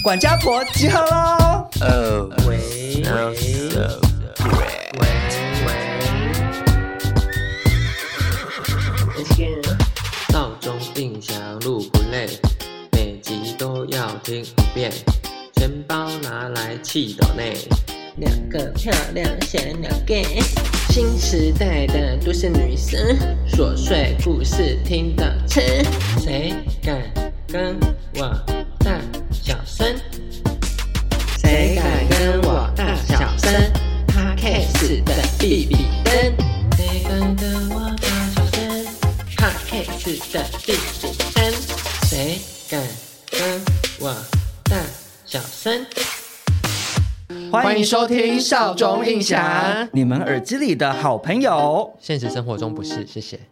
管家婆集合喽！ 喂，闹钟铃响路不累，每集都要听一遍，钱包拿来气斗内，两个漂亮小鸟 gay， 新时代的都市女生，琐碎故事听得吃，谁敢跟我大小声？谁敢跟我大小声 ？Podcast 的比比登，谁敢跟我大小声 ？Podcast 的比比登，谁敢跟我大小声？ 欢迎收听少中印象，你们耳机里的好朋友。 现实生活中不是，谢谢。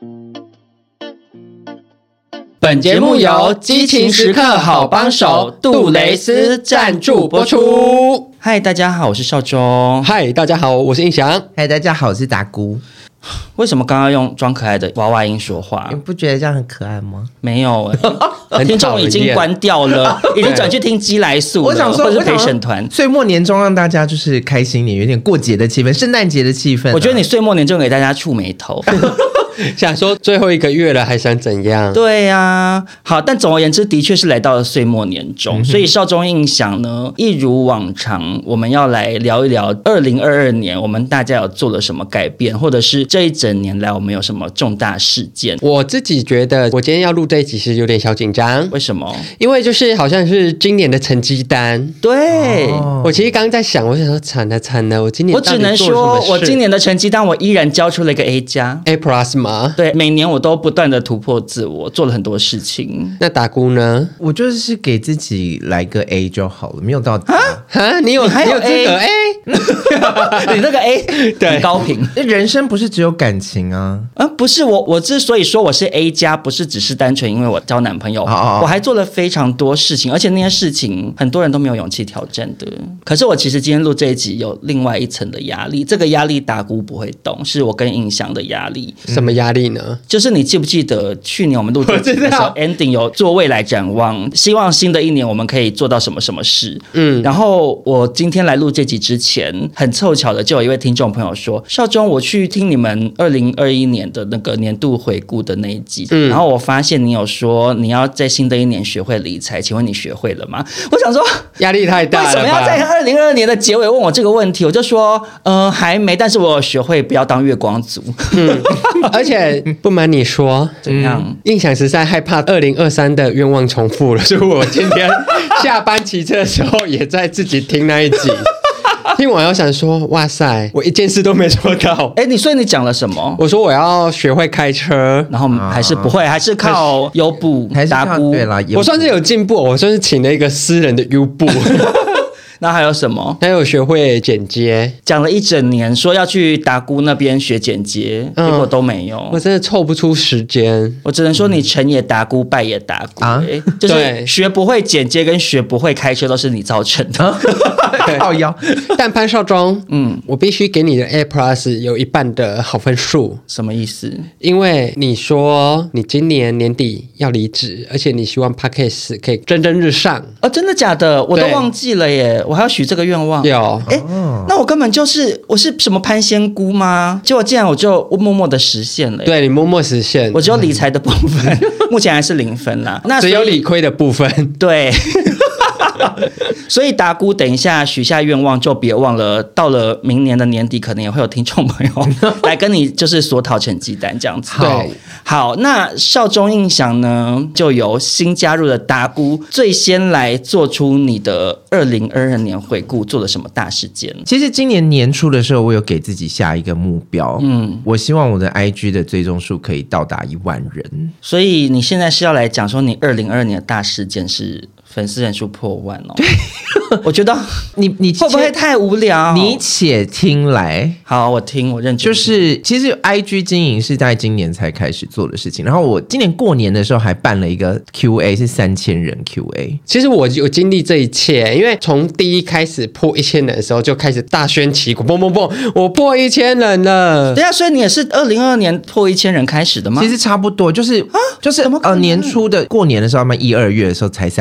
本节目由激情时刻好帮手杜蕾斯赞助播出。嗨，大家好，我是少中。 嗨，大家好，我是印翔。 嗨，大家好，我是达姑。 为什么刚刚用装可爱的娃娃音说话？ 你不觉得这样很可爱吗？ 没有听众已经关掉了，已经转去听鸡来素了， 我想说， 或是陪审团。 岁末年终让大家就是开心点，有点过节的气氛，圣诞节的气氛、啊。 我觉得你岁末年终给大家触眉头。 想说最后一个月了，还想怎样？ 对呀、啊，好，但总而言之，的确是来到了岁末年终，所以少中印象呢，一如往常，我们要来聊一聊2022年我们大家有做了什么改变，或者是这一整年来我们有什么重大事件。 我自己觉得，我今天要录这一集是有点小紧张。 为什么？ 因为就是好像是今年的成绩单。 对、 我其实刚刚在想，我想说惨了，我今年我只能说，我今年的成绩单我依然交出了一个 A+。A+ 吗？ 对，每年我都不断的突破自我，做了很多事情。 那达姑呢？ 我就是给自己来个 A 就好了，没有到哈，你有资格 A？ 你那个 A 对很高频。 人生不是只有感情啊。 不是我之所以说我是 A+，不是只是单纯因为我交男朋友，我还做了非常多事情，而且那些事情很多人都没有勇气挑战的。可是我其实今天录这一集有另外一层的压力，这个压力达姑不会懂，是我跟印象的压力。 什么压力呢？ 就是你记不记得去年我们录这集的时候 ending 有做未来展望，希望新的一年我们可以做到什么什么事。然后我今天来录这集之前，很凑巧的就有一位听众朋友说，少中，我去听你们2021年的那个年度回顾的那一集，然后我发现你有说你要在新的一年学会理财，请问你学会了吗？我想说压力太大了吧， 为什么要在2022年的结尾问我这个问题？我就说还没，但是我有学会不要当月光族。 而且不瞒你说， 怎样？ 印象实在害怕2023的愿望重复了，所以我今天下班骑车的时候也在自己听那一集。听完要想说，哇塞，我一件事都没做到。 所以你讲了什么？ 我说我要学会开车， 然后还是不会，还是靠优步达姑。 对啦， 我算是有进步，我算是请了一个私人的优步。 那还有什么？ 还有学会剪接， 讲了一整年，说要去达姑那边学剪接，结果都没有。 我真的凑不出时间。 我只能说你成也达姑，败也达姑啊！就是学不会剪接跟学不会开车都是你造成的。 靠腰。 但潘少忠，我必须给你的 A+ 有一半的好分数。 什么意思？ 因为你说你今年年底要离职，而且你希望 Podcast 可以蒸蒸日上。 真的假的？我都忘记了耶。我还要许这个愿望。 有那我根本我是什么潘仙姑吗？结果竟然我就默默的实现了。 对，你默默实现。 我只有理财的部分，目前还是0分啦。那只有理亏的部分。 对。所以达姑等一下许下愿望就别忘了，到了明年的年底可能也会有听众朋友来跟你就是索讨成绩单这样子。 对， 好，那少中印象呢，就由新加入的达姑最先来做出你的2022年回顾做了什么大事件。 其实今年年初的时候，我有给自己下一个目标，我希望我的 IG 的追踪数可以到达1万人。 所以你现在是要来讲说你2022年的大事件是粉丝人数破万哦。我觉得你会不会太无聊？ 你且听来。 好，我听，我认真。 就是其实 IG 经营是在今年才开始做的事情，然后我今年过年的时候还办了一个 QA， 是3000人 QA。 其实我有经历这一切，因为从第一开始破1000人的时候就开始大宣旗鼓，蹦蹦蹦，我破1000人了。 对啊，所以你也是2022年破1000人开始的吗？ 其实差不多，就是年初的过年的时候，1、2月的时候才3000，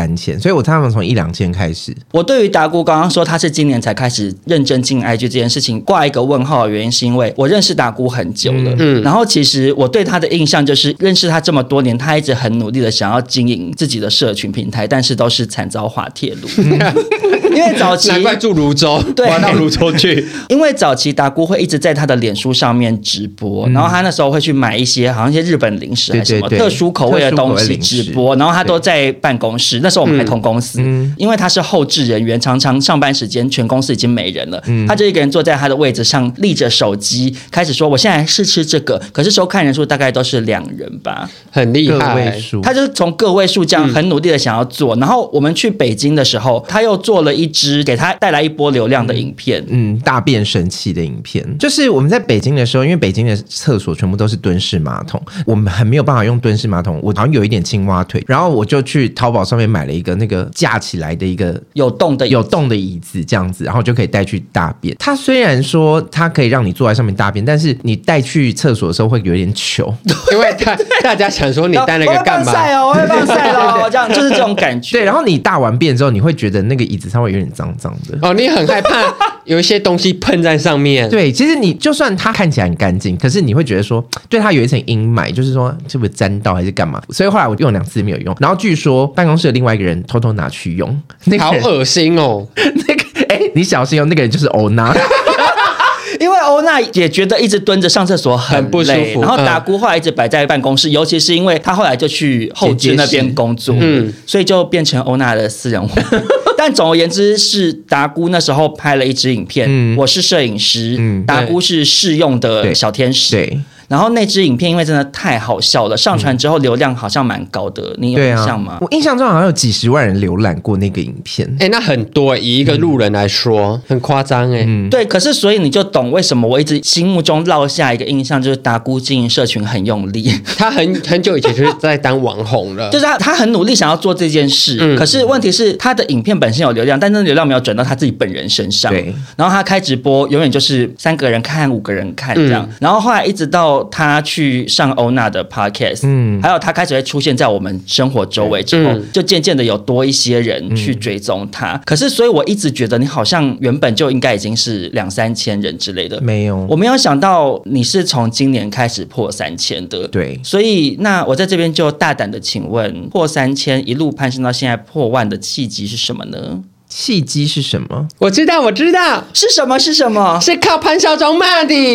所以我他们从1-2千开始。 我对于达姑刚刚说他是今年才开始认真进 IG 这件事情挂一个问号的原因，是因为我认识达姑很久了，然后其实我对他的印象就是认识他这么多年，他一直很努力的想要经营自己的社群平台，但是都是惨遭滑铁卢。因为早期难怪住泸州， 对， 滑到泸州去。 因为早期达姑会一直在他的脸书上面直播，然后他那时候会去买一些好像一些日本零食还是什么特殊口味的东西直播，然后他都在办公室，那时候我们还同公司，因为他是后制人员，常常上班时间全公司已经没人了，他就一个人坐在他的位置上立着手机开始说我现在是吃这个，可是收看人数大概都是2人吧， 很厉害， 个位数。 他就是从个位数这样很努力的想要做，然后我们去北京的时候他又做了一支给他带来一波流量的影片， 大变神奇的影片。就是我们在北京的时候，因为北京的厕所全部都是蹲式马桶，我们很没有办法用蹲式马桶，我好像有一点青蛙腿，然后我就去淘宝上面买了一个那个架起来的一个有洞的椅子这样子，然后就可以带去大便。它虽然说它可以让你坐在上面大便，但是你带去厕所的时候会有点糗， 因为大家想说你带那个干嘛？ 我会放晒哦，这样就是这种感觉。 对，然后你大完便之后，你会觉得那个椅子稍微有点脏脏的。 哦，你很害怕有一些东西喷在上面。 对，其实你就算它看起来很干净，可是你会觉得说，对它有一层阴霾，就是说是不是沾到还是干嘛？所以后来我用2次没有用，然后据说办公室的另外一个人偷偷拿去用， 好恶心哦！ 那个，你小心哦，那个人就是欧娜。 因为欧娜也觉得一直蹲着上厕所很不舒服， 然后达姑后来一直摆在办公室，尤其是因为他后来就去后置那边工作，所以就变成欧娜的私人化。但总而言之，是达姑那时候拍了一支影片，我是摄影师，达姑是试用的小天使。 对。 然后那支影片因为真的太好笑了，上传之后流量好像蛮高的，你有印象吗？ 我印象中好像有几10万人浏览过那个影片。 那很多，以一个路人来说，很夸张对，可是所以你就懂为什么我一直心目中落下一个印象，就是达姑经营社群很用力。 他很久以前就是在当网红了， 就是他很努力想要做这件事，可是问题是他的影片本身有流量，但是流量没有转到他自己本人身上。对，然后他开直播永远就是3个人看5个人看这样，然后后来一直到他去上欧娜的 podcast，还有他开始会出现在我们生活周围之后，就渐渐的有多一些人去追踪他。可是所以我一直觉得你好像原本就应该已经是2-3千人之类的， 没有， 我没有想到你是从今年开始破3000的。 对， 所以那我在这边就大胆的请问，破3000一路攀升到现在破万的契机是什么呢？ 契机是什么？ 我知道是什么？ 是靠潘少忠骂的。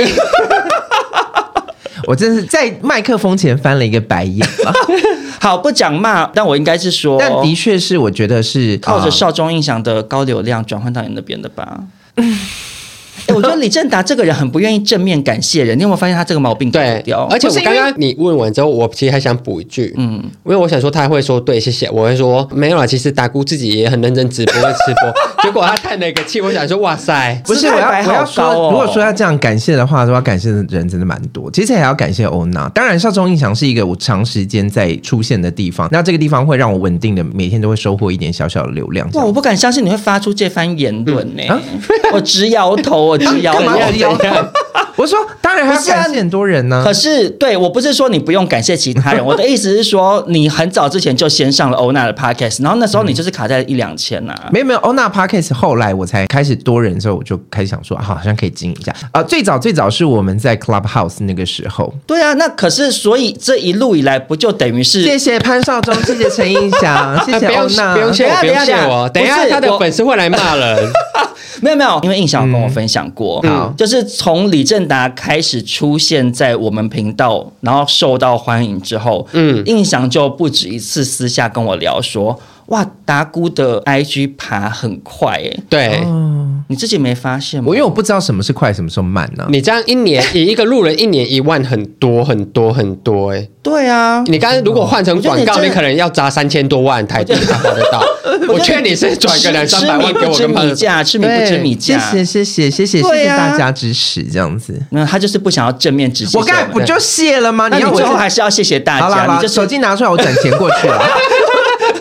我真是在麦克风前翻了一个白眼了。 好，不讲骂，但我应该是说， 但的确是，我觉得是靠着少中印象的高流量转换到你那边的吧。我觉得李正达这个人很不愿意正面感谢人，你有没有发现他这个毛病？ 对，而且我刚刚你问完之后，我其实还想补一句，因为我想说他会说对，谢谢，我会说没有啦，其实达姑自己也很认真直播会吃播，结果他叹了一个气，我想说哇塞， 不是我要说， 如果说要这样感谢的话，要感谢的人真的蛮多，其实还要感谢欧娜。当然，少中印象是一个我长时间在出现的地方，那这个地方会让我稳定的每天都会收获一点小小的流量。 哇，我不敢相信你会发出这番言论呢，我直摇头。 干嘛直摇头？我说当然还要感谢很多人呢。 可是对我不是说你不用感谢其他人，我的意思是说你很早之前就先上了欧娜的 podcast， 然后那时候你就是卡在1-2千啊。 没有欧娜 podcast， 后来我才开始多人之后，我就开始想说好像可以经营一下。最早是我们在 Clubhouse 那个时候。 对啊，那可是所以这一路以来不就等于是谢谢潘少忠，谢谢陈印祥，谢谢欧娜， 不用谢我，等一下他的粉丝会来骂人。 没有，因为印象跟我分享过，就是从李正达开始出现在我们频道，然后受到欢迎之后，印象就不止一次私下跟我聊说，哇，达姑的 IG 爬很快对， 你自己没发现吗？ 因为我不知道什么是快，什么时候慢呢？ 你这样一年以一个路人1年1万，很多对啊， 你刚刚如果换成广告，你可能要砸3000多万台币才花得到。我劝你是转个200-300万给我跟朋友。 吃米不知米价， 谢谢大家支持，这样子。 那他就是不想要正面支持。 我刚才不就谢了吗？ 你最后还是要谢谢大家。 好啦，你就手机拿出来，我转钱过去了。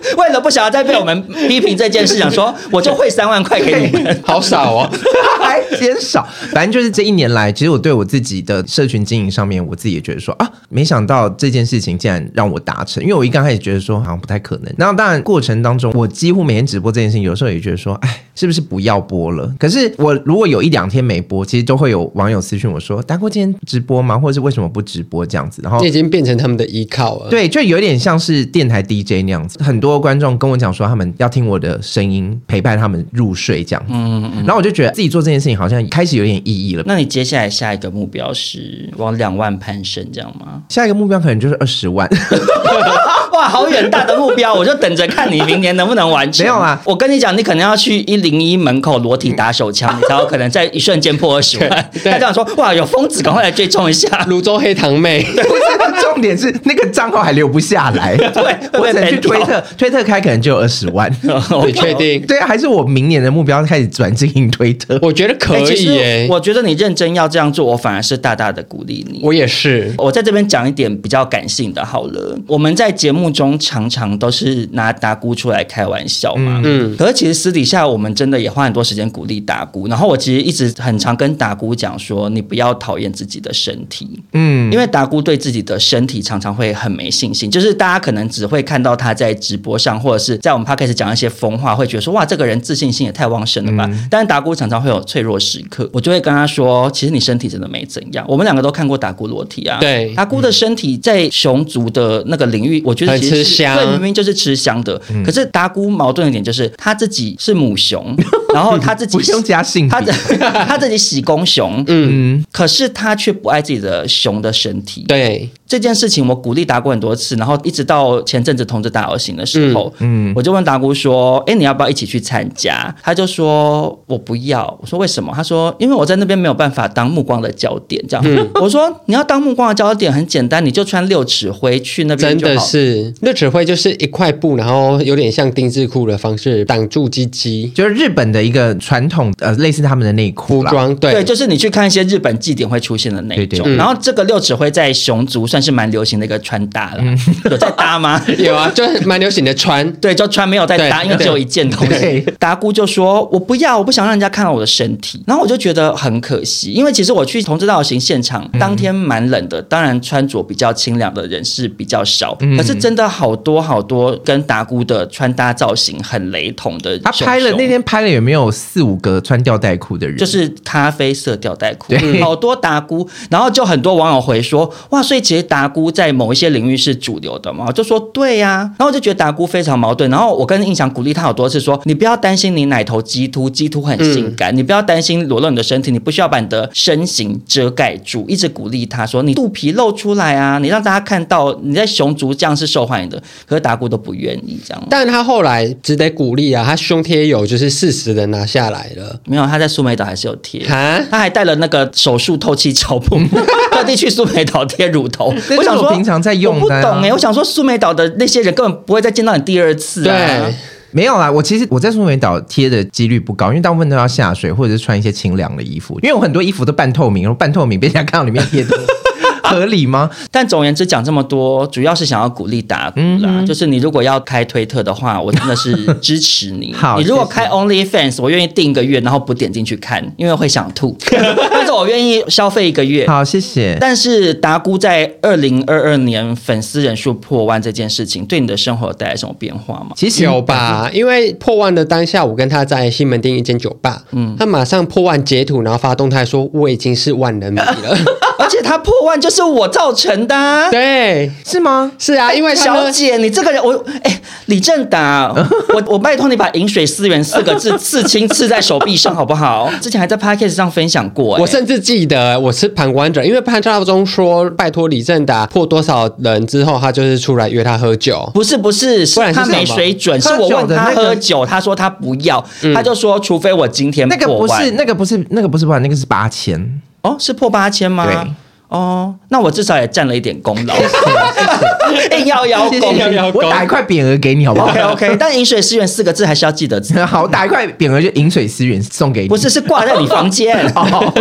为了不想要再被我们批评这件事，想说我就汇3万块给你们， 好少哦， 还嫌少。反正就是这1年来，其实我对我自己的社群经营上面，我自己也觉得说啊，没想到这件事情竟然让我达成。因为我一刚开始觉得说好像不太可能，然后当然过程当中，我几乎每天直播这件事情，有时候也觉得说，哎，是不是不要播了？可是我如果有1-2天没播，其实都会有网友私讯我说，达哥今天直播吗？或者是为什么不直播这样子？然后你已经变成他们的依靠了。 对，就有点像是电台 DJ 那样子。很多观众跟我讲说，他们要听我的声音陪伴他们入睡这样子。然后我就觉得自己做这件事情好像开始有点意义了。 那你接下来下一个目标是往2万攀升这样吗？ 下一个目标可能就是20万。 哇，好远大的目标，我就等着看你明年能不能完成。 没有啊， 我跟你讲，你可能要去101门口裸体打手枪，你才有可能在一瞬间破20万。他这样说，哇，有疯子，赶快来追踪一下。 泸州黑糖妹， 重点是那个账号还留不下来。 对， 我只能去推特开，可能就有20万。 你确定？ 对啊，还是我明年的目标开始转经营推特？ 我觉得可以耶。 我觉得你认真要这样做，我反而是大大的鼓励你。 我也是。 我在这边讲一点比较感性的好了。我们在节目中常常都是拿达姑出来开玩笑嘛，可是其实私底下我们真的也花很多时间鼓励达姑。然后我其实一直很常跟达姑讲说，你不要讨厌自己的身体，因为达姑对自己的身体常常会很没信心，就是大家可能只会看到他在直播上或者是在我们 podcast 讲一些疯话，会觉得说哇，这个人自信心也太旺盛了吧。但是达姑常常会有脆弱时刻，我就会跟他说，其实你身体真的没怎样。我们2个都看过达姑裸体啊， 对， 达姑的身体在熊族的那个领域，我觉得其实是对，明明就是吃香的。可是达姑矛盾的点就是他自己是母熊，然后他自己不用加性别， 他自己喜公熊，可是他却不爱自己的熊的身体。 对。 这件事情我鼓励达姑很多次，然后一直到前阵子同志大游行的时候，我就问达姑说，哎，你要不要一起去参加？他就说我不要。我说为什么？他说因为我在那边没有办法当目光的焦点，这样。我说你要当目光的焦点很简单，你就穿6尺灰去那边就好。 真的是6尺灰就是一块布，然后有点像丁字裤的方式挡住鸡鸡， 就是日本的一个传统类似他们的内裤服装。 对，就是你去看一些日本祭典会出现的那种。然后这个6尺灰在熊族算是蛮流行的一个穿搭了。有在搭吗？ 有啊，就蛮流行的穿。 对，就穿没有在搭，因为只有一件东西。达姑就说我不要，我不想让人家看到我的身体。然后我就觉得很可惜，因为其实我去同志大游行现场，当天蛮冷的，当然穿着比较清凉的人是比较少，可是真的好多好多跟达姑的穿搭造型很雷同的熊熊。 他那天拍了有没有4-5个穿吊带裤的人？ 就是咖啡色吊带裤，好多达姑。然后就很多网友回说，哇，所以其实达姑在某一些领域是主流的嘛。我就说对呀，然后我就觉得达姑非常矛盾。然后我跟印象鼓励他好多次说，你不要担心你奶头激凸很性感，你不要担心裸露你的身体，你不需要把你的身形遮盖住，一直鼓励他说你肚皮露出来啊，你让大家看到你在熊族这样是受欢迎的。可是达姑都不愿意这样。 但他后来只得鼓励啊，他胸贴有就是40的拿下来了。 没有，他在苏梅岛还是有贴， 他还带了那个手术透气胶布，特地去苏梅岛贴乳头。 我想说平常在用的， 我不懂我想说苏梅岛的那些人根本不会再见到你第2次啊。 对。 没有啦，其实我在苏梅岛贴的几率不高，因为大部分都要下水或者是穿一些清凉的衣服，因为我很多衣服都半透明，然后半透明被人家看到里面贴的。合理吗？ 但总而言之讲这么多，主要是想要鼓励达姑啦。就是你如果要开推特的话，我真的是支持你。 好， 你如果开 OnlyFans， 我愿意订1个月，然后不点进去看，因为会想吐。但是我愿意消费1个月。 好，谢谢。 但是达姑在2022年粉丝人数破万这件事情，对你的生活有带来什么变化吗？ 其实有吧，因为破万的当下，我跟他在西门町一间酒吧，他马上破万截图，然后发动态说我已经是万人迷了。 而且他破万就是我造成的、啊， 对， 是吗？ 是啊，因为他小姐，你这个人，李正达，我拜托你把饮水思源4个字刺青刺在手臂上好不好？之前还在 podcast 上分享过、 我甚至记得我是旁观者，因为潘少忠说拜托李正达破多少人之后，他就是出来约他喝酒， 不是他没水准，是我问他喝酒，他说他不要，他就说除非我今天破万， 那个不是破万，那个是8000。 哦，是破8000吗？ 对。 哦，那我至少也占了一点功劳，硬要邀功， 我打一块匾额给你好不好 ？OK， 但饮水思源4个字还是要记得。 好，我打一块匾额就饮水思源送给你， 不是挂在你房间。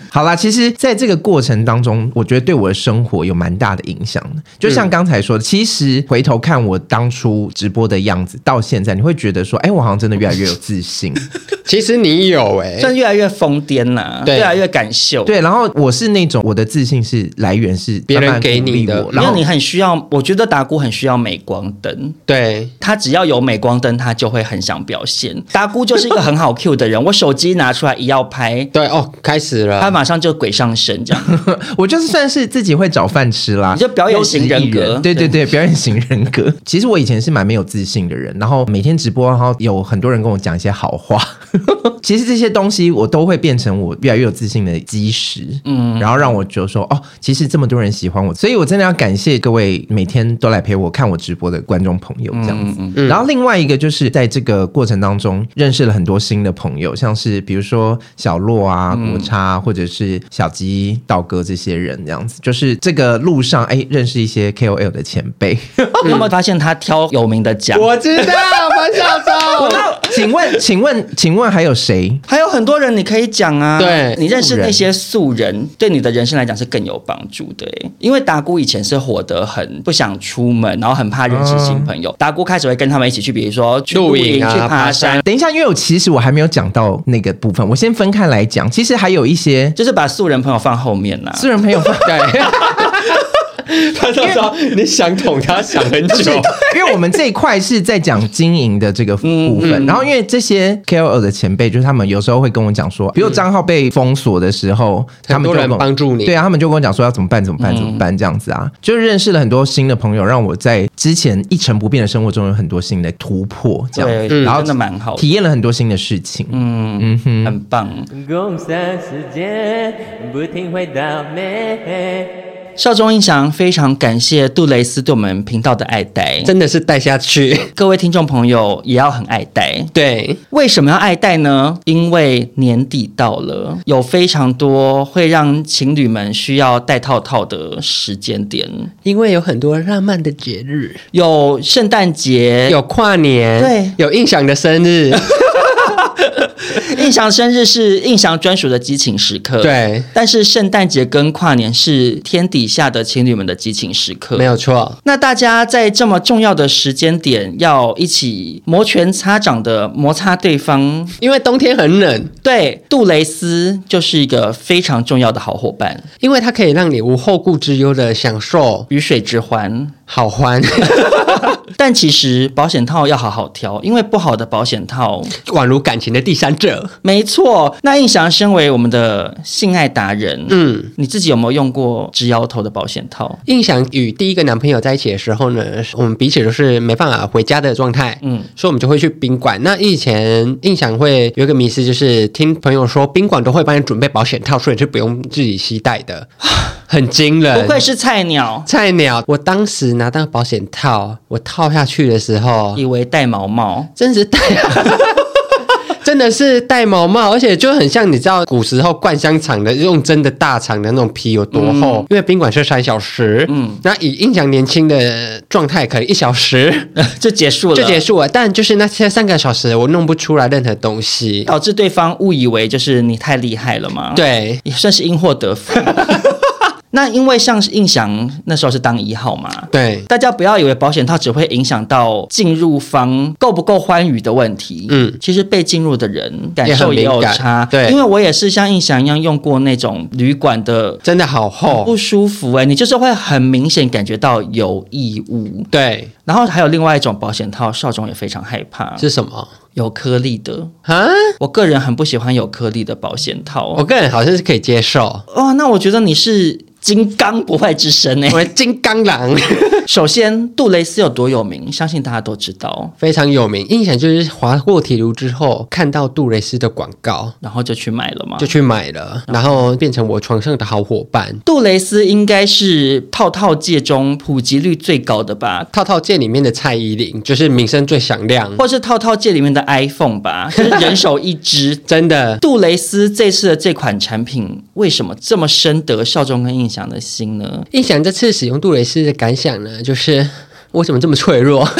好啦，其实在这个过程当中，我觉得对我的生活有蛮大的影响的。就像刚才说的，其实回头看我当初直播的样子，到现在你会觉得说，我好像真的越来越有自信。 其实你有算越来越疯癫啦，越来越敢秀。 对，然后我是那种我的自信是来源是别人给你的， 因为你很需要，我觉得达姑很需要镁光灯。 对， 他只要有镁光灯，他就会很想表现。达姑就是一个很好 Q 的人，我手机拿出来一要拍， 对哦，开始了， 他马上就鬼上身这样。 我就是算是自己会找饭吃啦， 你就表演型人格。 对对对，表演型人格。其实我以前是蛮没有自信的人，然后每天直播，然后有很多人跟我讲一些好话。其实这些东西我都会变成我越来越有自信的基石，然后让我觉得说，其实这么多人喜欢我，所以我真的要感谢各位每天都来陪我看我直播的观众朋友这样子。然后另外一个就是在这个过程当中认识了很多新的朋友，像是比如说小洛啊、国差或者是小鸡、道哥这些人这样子，就是这个路上认识一些 KOL 的前辈。 你有没有发现他挑有名的讲？ 我知道，潘少忠。 请问还有谁？ 还有很多人你可以讲啊。 对， 你认识那些素人，对你的人生来讲是更有帮助的。因为达姑以前是活得很不想出门，然后很怕认识新朋友。达姑开始会跟他们一起去，比如说去露营、去爬山。 等一下，因为其实我还没有讲到那个部分，我先分开来讲。其实还有一些， 就是把素人朋友放后面啦。 素人朋友放对。他就说你想捅他想很久， 因为我们这一块是在讲经营的这个部分，然后因为这些 KOL 的前辈，就是他们有时候会跟我讲说，比如账号被封锁的时候，他们就很多人帮助你， 对啊，他们就跟我讲说要怎么办这样子啊，就认识了很多新的朋友，让我在之前一成不变的生活中有很多新的突破，这样，然后真的蛮好的， 体验了很多新的事情， 很棒。 共享时间，不停回到美。 少中印象非常感谢杜蕾斯对我们频道的爱戴， 真的是带下去。 各位听众朋友也要很爱戴。 对， 为什么要爱戴呢？因为年底到了，有非常多会让情侣们需要戴套套的时间点， 因为有很多浪漫的节日， 有圣诞节， 有跨年， 对， 有印象的生日。 印象生日是印象专属的激情时刻， 对。 但是圣诞节跟跨年是天底下的情侣们的激情时刻， 没有错。 那大家在这么重要的时间点，要一起摩拳擦掌的摩擦对方， 因为冬天很冷。 对，杜蕾斯就是一个非常重要的好伙伴， 因为它可以让你无后顾之忧的享受鱼水之欢， 好欢。 但其实保险套要好好挑，因为不好的保险套宛如感情的第三者。 没错。那印翔身为我们的性爱达人，你自己有没有用过直摇头的保险套？ 印翔与第一个男朋友在一起的时候呢，我们彼此都是没办法回家的状态，所以我们就会去宾馆。那以前印翔会有一个迷思，就是听朋友说宾馆都会帮你准备保险套，所以是不用自己携带的。很惊人， 不愧是菜鸟。 菜鸟，我当时拿到保险套，我套下去的时候， 以为戴毛毛， 真是戴，真的是戴毛毛，而且就很像你知道古时候灌香肠的用真的大肠的那种皮有多厚？因为宾馆是3小时，那以印象年轻的状态，可能1小时就结束了， 但就是那些3个小时，我弄不出来任何东西， 导致对方误以为就是你太厉害了嘛？ 对， 也算是因祸得福。那因为像印翔那时候是当1号嘛， 对， 大家不要以为保险套只会影响到进入方够不够欢愉的问题，其实被进入的人感受也有差， 对， 因为我也是像印翔一样用过那种旅馆的， 真的好厚， 不舒服你就是会很明显感觉到有异物， 对， 然后还有另外一种保险套，少总也非常害怕， 是什么？ 有颗粒的啊！ 我个人很不喜欢有颗粒的保险套， 我个人好像是可以接受哦。那我觉得你是金刚不坏之身我是金刚狼。 首先，杜蕾斯有多有名，相信大家都知道， 非常有名。印象就是划过铁路之后看到杜蕾斯的广告， 然后就去买了嘛， 然后变成我床上的好伙伴。 杜蕾斯应该是套套界中普及率最高的吧？ 套套界里面的蔡依林就是名声最响亮， 或是套套界里面的 iPhone 吧，就是人手一只。 真的， 杜蕾斯这次的这款产品为什么这么深得少中跟印象的心呢？ 印象这次使用杜蕾斯的感想呢，就是为什么这么脆弱？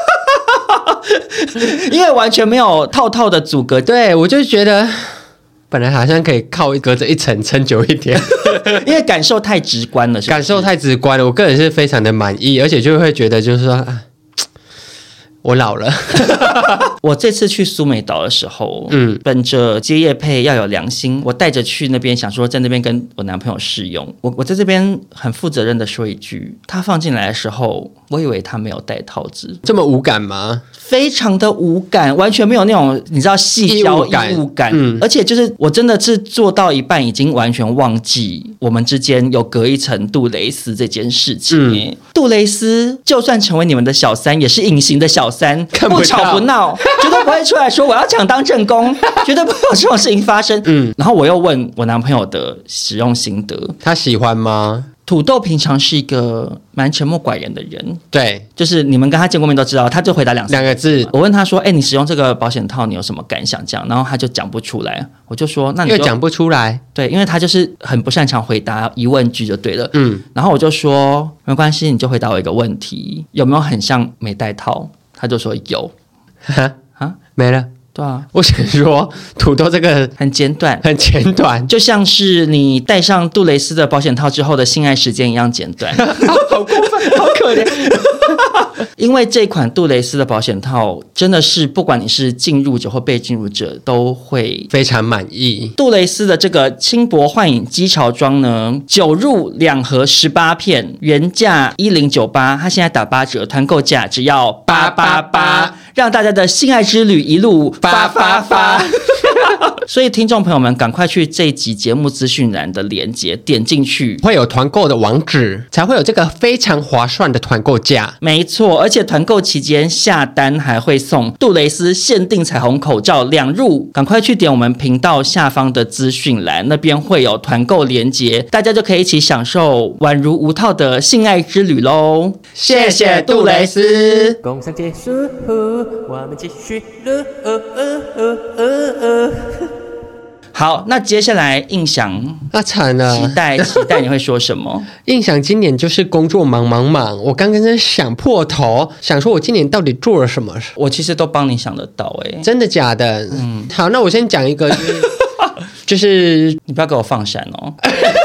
因为完全没有套套的阻隔， 对，我就觉得本来好像可以靠隔着一层撑久一点， 因为感受太直观了，是不是感受太直观了，我个人是非常的满意，而且就会觉得就是说我老了。 我这次去苏梅岛的时候，本着接业配要有良心，我带着去那边，想说在那边跟我男朋友试用。我在这边很负责任的说一句，他放进来的时候，我以为他没有带套子， 这么无感吗？ 非常的无感，完全没有那种你知道细胶异物感，而且就是我真的是做到一半，已经完全忘记我们之间有隔一层杜蕾斯这件事情。杜蕾斯就算成为你们的小三，也是隐形的小三，不吵不闹，绝对不会出来说我要抢当正宫，绝对不会有这种事情发生。然后我又问我男朋友的使用心得， 他喜欢吗？ 土豆平常是一个蛮沉默寡言的人， 对， 就是你们跟他见过面都知道，他就回答两个字。 我问他说：“你使用这个保险套，你有什么感想？”这样，然后他就讲不出来。我就说：“那你就讲不出来。” 对，因为他就是很不擅长回答疑问句就对了。然后我就说：“没关系，你就回答我一个问题，有没有很像没戴套？”他就说有。 没了。 对啊， 我想说土豆这个很简短， 很简短， 就像是你戴上杜蕾斯的保险套之后的性爱时间一样简短。 好过分，好可怜。 因为这款杜蕾斯的保险套真的是不管你是进入者或被进入者都会非常满意。 杜蕾斯的这个轻薄幻影机潮装呢，9入2盒18片，原价1098，它现在打8折，团购价只要888，让大家的性爱之旅一路发。所以听众朋友们赶快去这一集节目资讯栏的连结点进去， 会有团购的网址，才会有这个非常划算的团购价。 没错，而且团购期间下单还会送杜蕾斯限定彩虹口罩2入，赶快去点我们频道下方的资讯栏，那边会有团购连结，大家就可以一起享受宛如无套的性爱之旅咯。谢谢杜蕾斯。 工商结束，我们继续。 好，那接下来印象， 那惨了， 期待你会说什么？ 印象今年就是工作忙，我刚刚在想破头，想说我今年到底做了什么？ 我其实都帮你想得到， 真的假的？好，那我先讲一个，就是你不要给我放闪哦。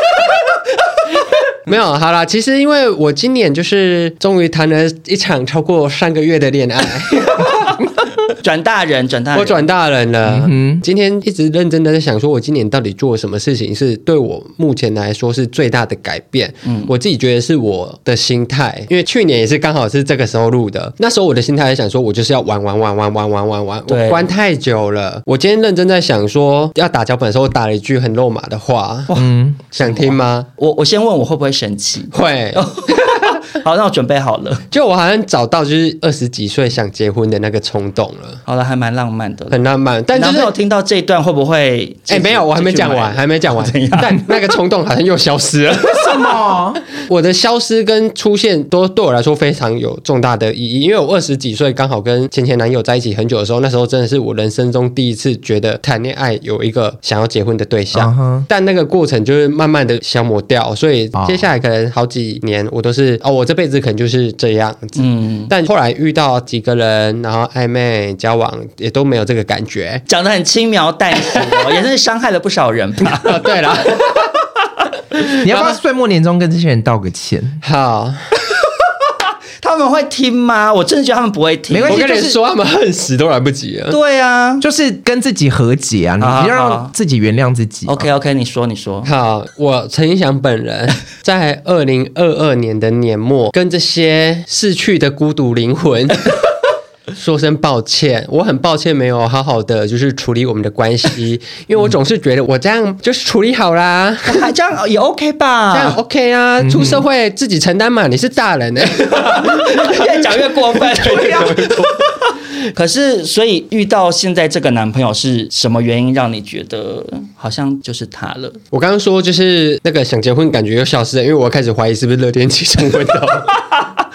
没有，好啦，其实因为我今年就是终于谈了一场超过3个月的恋爱。 转大人， 我转大人了。今天一直认真的在想说，我今年到底做了什么事情是对我目前来说是最大的改变。我自己觉得是我的心态，因为去年也是刚好是这个时候录的，那时候我的心态在想说，我就是要玩，我关太久了。我今天认真在想说，要打脚本的时候，我打了一句很肉麻的话。想听吗？ 我先问我会不会生气？ 会。 好，那我准备好了。 就我好像找到就是20几岁想结婚的那个冲动了。 好了，还蛮浪漫的， 很浪漫。但就是有听到这一段会不会？ 没有，我还没讲完，但那个冲动好像又消失了。 为什么？ 我的消失跟出现都对我来说非常有重大的意义，因为我20几岁刚好跟前男友在一起很久的时候，那时候真的是我人生中第一次觉得谈恋爱有一个想要结婚的对象。但那个过程就是慢慢的消磨掉，所以接下来可能好几年我都是我这辈子可能就是这样子。但后来遇到几个人，然后暧昧交往也都没有这个感觉， 讲得很轻描淡写也是伤害了不少人吧。 对啦。 你要不要岁末年终跟这些人道个歉？ 好。 他们会听吗？我真的觉得他们不会听。 没关系，我跟你说，他们恨死都来不及了。 对啊， 就是跟自己和解啊，你让自己原谅自己。 OK， 你说。 好，我陈映祥本人在2022年的年末，跟这些逝去的孤独灵魂说声抱歉，我很抱歉没有好好的就是处理我们的关系，因为我总是觉得我这样就是处理好啦， 这样也 OK 吧？ 这样 OK 啊，出社会自己承担嘛，你是大人越讲越过分。可是，所以遇到现在这个男朋友是什么原因让你觉得好像就是他了？ 我刚刚说就是那个想结婚感觉又消失了，因为我开始怀疑是不是热恋期冲昏头。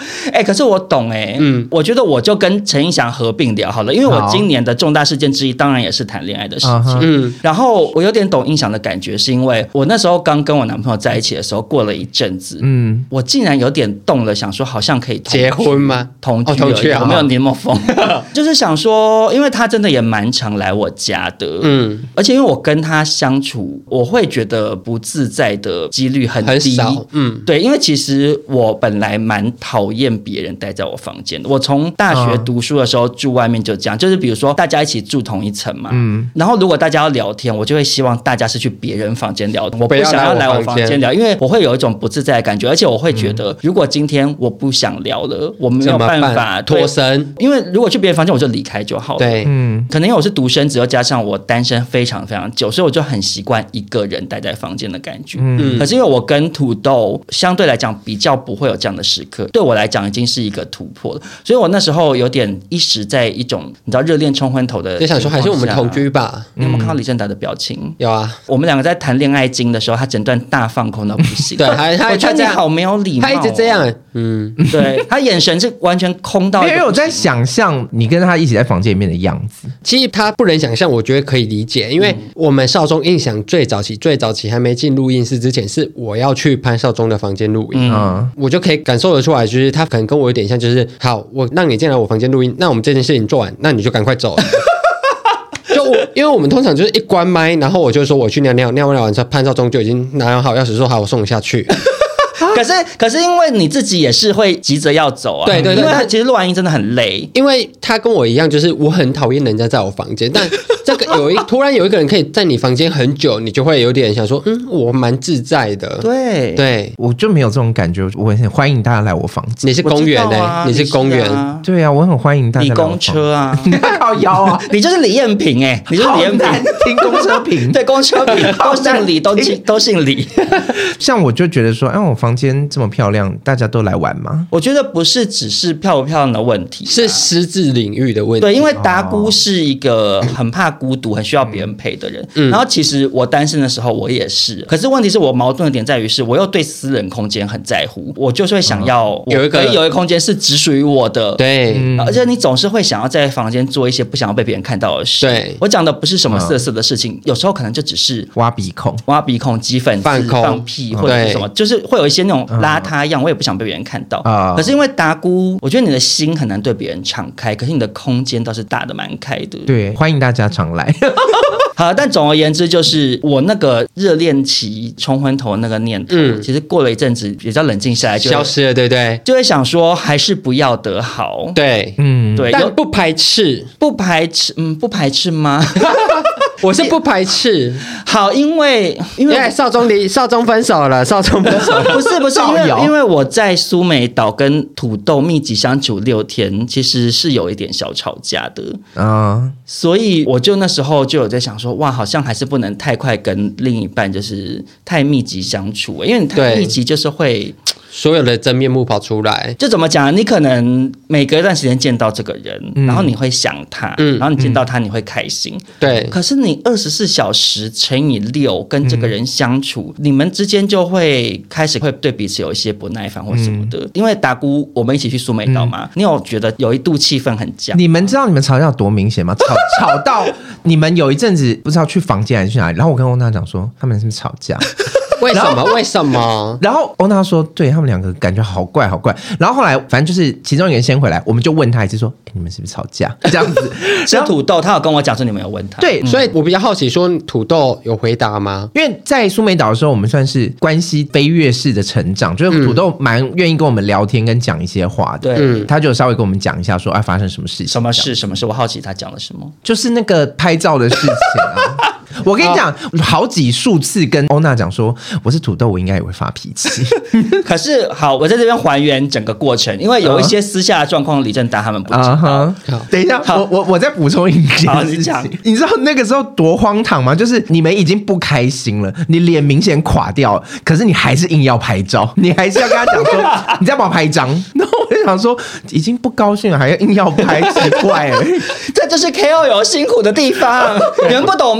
可是我懂我觉得我就跟陈映祥合并聊好了，因为我今年的重大事件之一当然也是谈恋爱的事情。然后我有点懂映祥的感觉，是因为我那时候刚跟我男朋友在一起的时候，过了一阵子，我竟然有点动了，想说好像可以结婚吗？ 同居我没有你那么疯，就是想说，因为他真的也蛮常来我家的，而且因为我跟他相处，我会觉得不自在的几率很低，对，因为其实我本来蛮讨厌别人待在我房间的。我从大学读书的时候住外面就这样，就是比如说大家一起住同一层嘛，然后如果大家要聊天，我就会希望大家是去别人房间聊，我不想要来我房间聊，因为我会有一种不自在的感觉，而且我会觉得，如果今天我不想聊了，我没有办法脱身， 因为如果去别人房间我就离开就好了。 对， 可能因为我是独生子，又加上我单身非常非常久，所以我就很习惯一个人待在房间的感觉。可是因为我跟土豆相对来讲比较不会有这样的时刻，对我来讲已经是一个突破了，所以我那时候有点一时在一种你知道热恋冲昏头的， 就想说还是我们同居吧。 你有没有看到李正达的表情？ 有啊， 我们两个在谈恋爱经的时候，他整段大放空到不行。 对， 我觉得你好没有礼貌， 他一直这样。 对，他眼神是完全空到。 因为我在想象你跟他一起在房间里面的样子。 其实他不能想象，我觉得可以理解，因为我们少中印象最早期还没进录音室之前，是我要去潘少中的房间录音，我就可以感受得出来，就是他可能跟我有点像，就是好，我让你进来我房间录音，那我们这件事情做完，那你就赶快走。因为我们通常就是一关麦，然后我就说我去尿尿，尿完之后潘少忠就已经拿好钥匙说好，我送你下去。 可是因为你自己也是会急着要走啊， 对， 因为其实录完音真的很累， 因为他跟我一样，就是我很讨厌人家在我房间，但这个突然有一个人可以在你房间很久，你就会有点想说，我蛮自在的。 对， 我就没有这种感觉，我很欢迎大家来我房间。 你是公园你是公园， 对啊，我很欢迎大家来我房间。 你公车啊， 你靠腰啊， 你就是李艳萍你就是李艳萍， 听公车屏， 对，公车屏都姓李，都姓李。 像我就觉得说，我房间这么漂亮，大家都来玩吗？ 我觉得不是只是漂不漂亮的问题， 是私自领域的问题。 对，因为达姑是一个很怕孤独、很需要别人陪的人。然后其实我单身的时候我也是，可是问题是我矛盾的点在于是，我又对私人空间很在乎，我就是会想要有一个空间是只属于我的。 对， 而且你总是会想要在房间做一些不想要被别人看到的事。 对， 我讲的不是什么色色的事情，有时候可能就只是挖鼻孔、 挤粉刺、放屁或者是什么，就是会有一些那种邋遢样，我也不想被别人看到。可是因为达姑，我觉得你的心很难对别人敞开，可是你的空间倒是打得蛮开的。 对，欢迎大家常来。 好，但总而言之，就是我那个热恋期冲昏头的那个念头，其实过了一阵子比较冷静下来，就消失了，对不对？ 就会想说，还是不要得好。 对， 对， 但不排斥吗？ 我是不排斥。 好，因为少中分手了， 不是因为我在苏梅岛跟土豆密集相处6天，其实是有一点小吵架的所以我就那时候就有在想说，哇，好像还是不能太快跟另一半就是太密集相处，因为你太密集就是会所有的真面目跑出来。 就怎么讲，你可能每隔一段时间见到这个人，然后你会想他，然后你见到他你会开心， 对。 可是你24小时乘以6跟这个人相处，你们之间就会开始会对彼此有一些不耐烦或什么的。因为达姑我们一起去苏梅岛嘛，你有觉得有一度气氛很僵？你们知道你们吵架有多明显吗？吵到你们有一阵子不知道去房间还是去哪里，然后我跟欧娜讲说他们是不是吵架？ 为什么？ 然后欧娜说，对他们两个感觉好怪。然后后来反正就是其中一个人先回来，我们就问他一次说，你们是不是吵架？这样子。 是土豆，他有跟我讲说你们有问他。 对， 所以我比较好奇，说土豆有回答吗？ 因为在苏梅岛的时候，我们算是关系飞跃式的成长，就是土豆蛮愿意跟我们聊天跟讲一些话的。 对， 他就稍微跟我们讲一下说，发生什么事情？ 什么事？我好奇他讲了什么？ 就是那个拍照的事情啊。我跟你讲，好几数次跟欧娜讲说，我是土豆，我应该也会发脾气。 可是好，我在这边还原整个过程，因为有一些私下的状况，李正达他们不知道。 等一下，我再补充一点。 好，你讲。 你知道那个时候多荒唐吗？就是你们已经不开心了，你脸明显垮掉，可是你还是硬要拍照，你还是要跟他讲说，你再帮我拍一张。然后我就想说，已经不高兴了，还要硬要拍，奇怪。 这就是 KOL 辛苦的地方。你们不懂我们那些照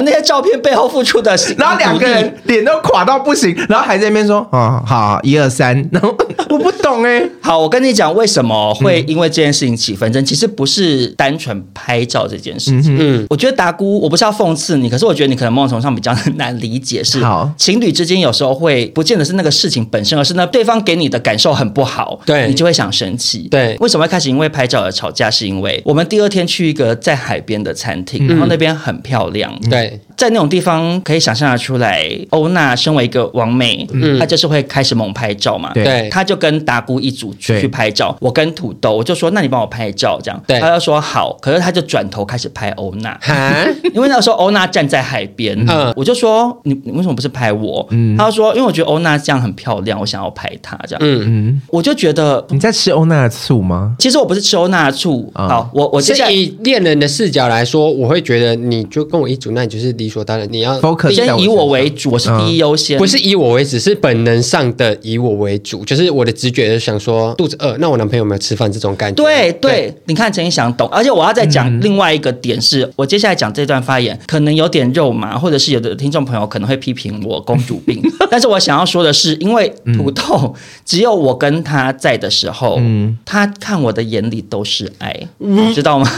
片背后付出的， 然后2个人脸都垮到不行，然后还在那边说好1、2、3，然后我不懂好，我跟你讲为什么会因为这件事情起纷争，其实不是单纯拍照这件事情。我觉得达姑，我不是要讽刺你，可是我觉得你可能某种程度上比较难理解，是情侣之间有时候会不见得是那个事情本身，而是呢对方给你的感受很不好， 对， 你就会想生气。 对， 为什么会开始因为拍照而吵架？是因为我们第2天去一个在海边的餐厅，然后那边很漂亮。 对， 在那种地方可以想象得出来，欧娜身为一个网美，她就是会开始猛拍照嘛。 对， 她就跟达姑一组去拍照，我跟土豆，我就说那你帮我拍照这样，她就说好，可是她就转头开始拍欧娜，因为那时候欧娜站在海边，我就说你为什么不是拍我？她就说因为我觉得欧娜这样很漂亮，我想要拍她这样。我就觉得你在吃欧娜的醋吗？ 其实我不是吃欧娜的醋，好，我是以恋人的视角来说，我会觉得你就跟我一组，那你就是理所当然，你要 focus 先以我为主，我是第一优先， 不是以我为主，是本能上的以我为主，就是我的直觉就想说肚子饿，那我男朋友有没有吃饭这种感觉？ 对，你看陈意翔懂，而且我要再讲另外一个点是，我接下来讲这段发言可能有点肉麻，或者是有的听众朋友可能会批评我公主病，但是我想要说的是，因为土豆只有我跟他在的时候，他看我的眼里都是爱，知道吗？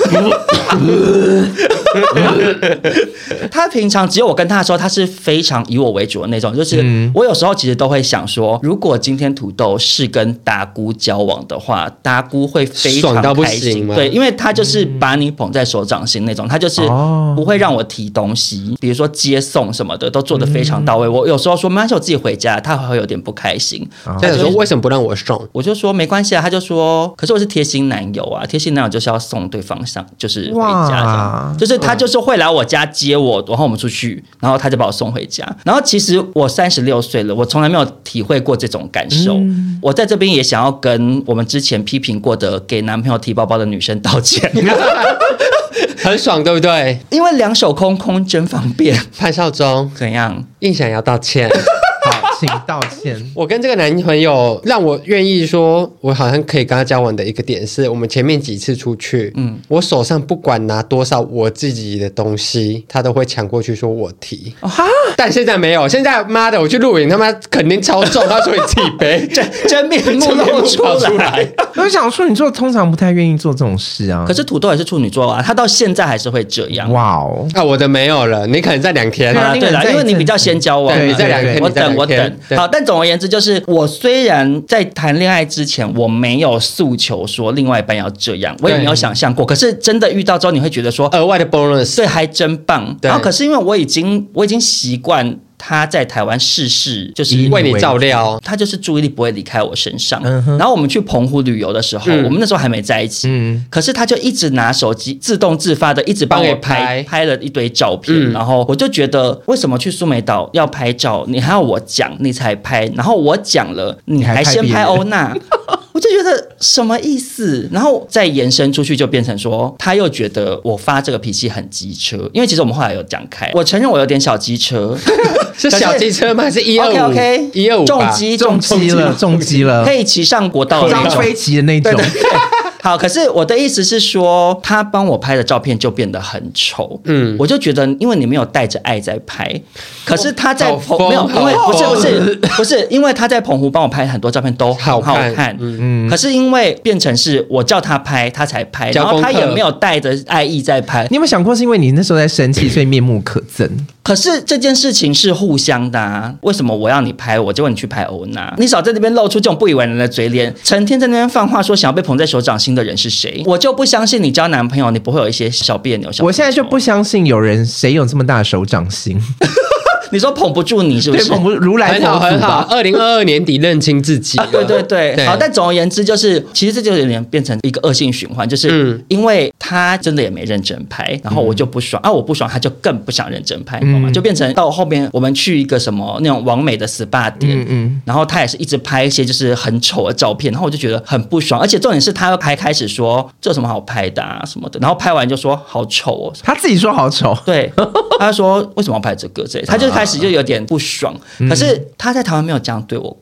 他平常只有我跟他的时候，他是非常以我为主的那种，就是我有时候其实都会想说，如果今天土豆是跟达姑交往的话，达姑会非常开心，对，因为他就是把你捧在手掌心那种，他就是不会让我提东西，比如说接送什么的都做得非常到位。我有时候说没关系，我自己回家，他会有点不开心。 他就说为什么不让我送？ 我就说没关系啊，他就说可是我是贴心男友啊，贴心男友就是要送对方上，就是回家这样，就是他就是会来我家接我，然后我们出去，然后他就把我送回家。然后其实我36岁了，我从来没有体会过这种感受。我在这边也想要跟我们之前批评过的给男朋友提包包的女生道歉。 很爽对不对？ 因为2手空空真方便。 潘少忠怎样？ 印象要道歉。 好，请道歉。 我跟这个男朋友让我愿意说，我好像可以跟他交往的一个点是，我们前面几次出去，我手上不管拿多少我自己的东西，他都会抢过去说我提。但现在没有，现在妈的，我去露营，他妈肯定超重，他说你自己背， 真面目露出来。 我想说，你通常不太愿意做这种事啊。 可是土豆也是处女座啊，他到现在还是会这样。 哇哦， 我的没有了，你可能在2天。 对啦，因为你比较先交往， 对，你在2天， 我等。好，但总而言之，就是我虽然在谈恋爱之前，我没有诉求说另外一半要这样，我也没有想象过。可是真的遇到之后，你会觉得说额外的 bonus， 对，还真棒。然后可是因为我已经习惯。他在台湾事事就是为你照料， 他就是注意力不会离开我身上。然后我们去澎湖旅游的时候，我们那时候还没在一起，可是他就一直拿手机自动自发的一直帮我拍了一堆照片。然后我就觉得，为什么去苏梅岛要拍照，你还要我讲你才拍，然后我讲了你还先拍欧娜。我就觉得什么意思？然后再延伸出去，就变成说，他又觉得我发这个脾气很机车，因为其实我们后来有讲开，我承认我有点小机车， 是小机车吗？还是125 ？OK， 125 重击了， 可以骑上国道的那种， 张飞骑的那种。 好，可是我的意思是说，他帮我拍的照片就变得很丑。我就觉得，因为你没有带着爱在拍，可是他在没有，因为不是，因为他在澎湖帮我拍很多照片都很好看。可是因为变成是我叫他拍，他才拍，然后他也没有带着爱意在拍。 你有没有想过，是因为你那时候在生气，所以面目可憎？ 可是这件事情是互相的啊，为什么我要你拍我，结果你去拍欧娜？你少在那边露出这种不以为然的嘴脸，成天在那边放话说想要被捧在手掌心的人是谁？我就不相信你交男朋友你不会有一些小别扭。 我现在就不相信有人谁有这么大的手掌心。 你说捧不住你是不是？ 对，捧不如来佛祖吧。 很好，2022年底认清自己。 对。好，但总而言之，就是其实这就有点变成一个恶性循环，就是因为他真的也没认真拍，然后我就不爽我不爽，他就更不想认真拍，懂吗？就变成到后面我们去一个什么那种网美的 SPA 店，然后他也是一直拍一些就是很丑的照片，然后我就觉得很不爽，而且重点是他又开始说这有什么好拍的啊什么的，然后拍完就说好丑哦， 他自己说好丑， 对，他说为什么要拍这个，他就开始就有点不爽。可是他在台湾没有这样对我过，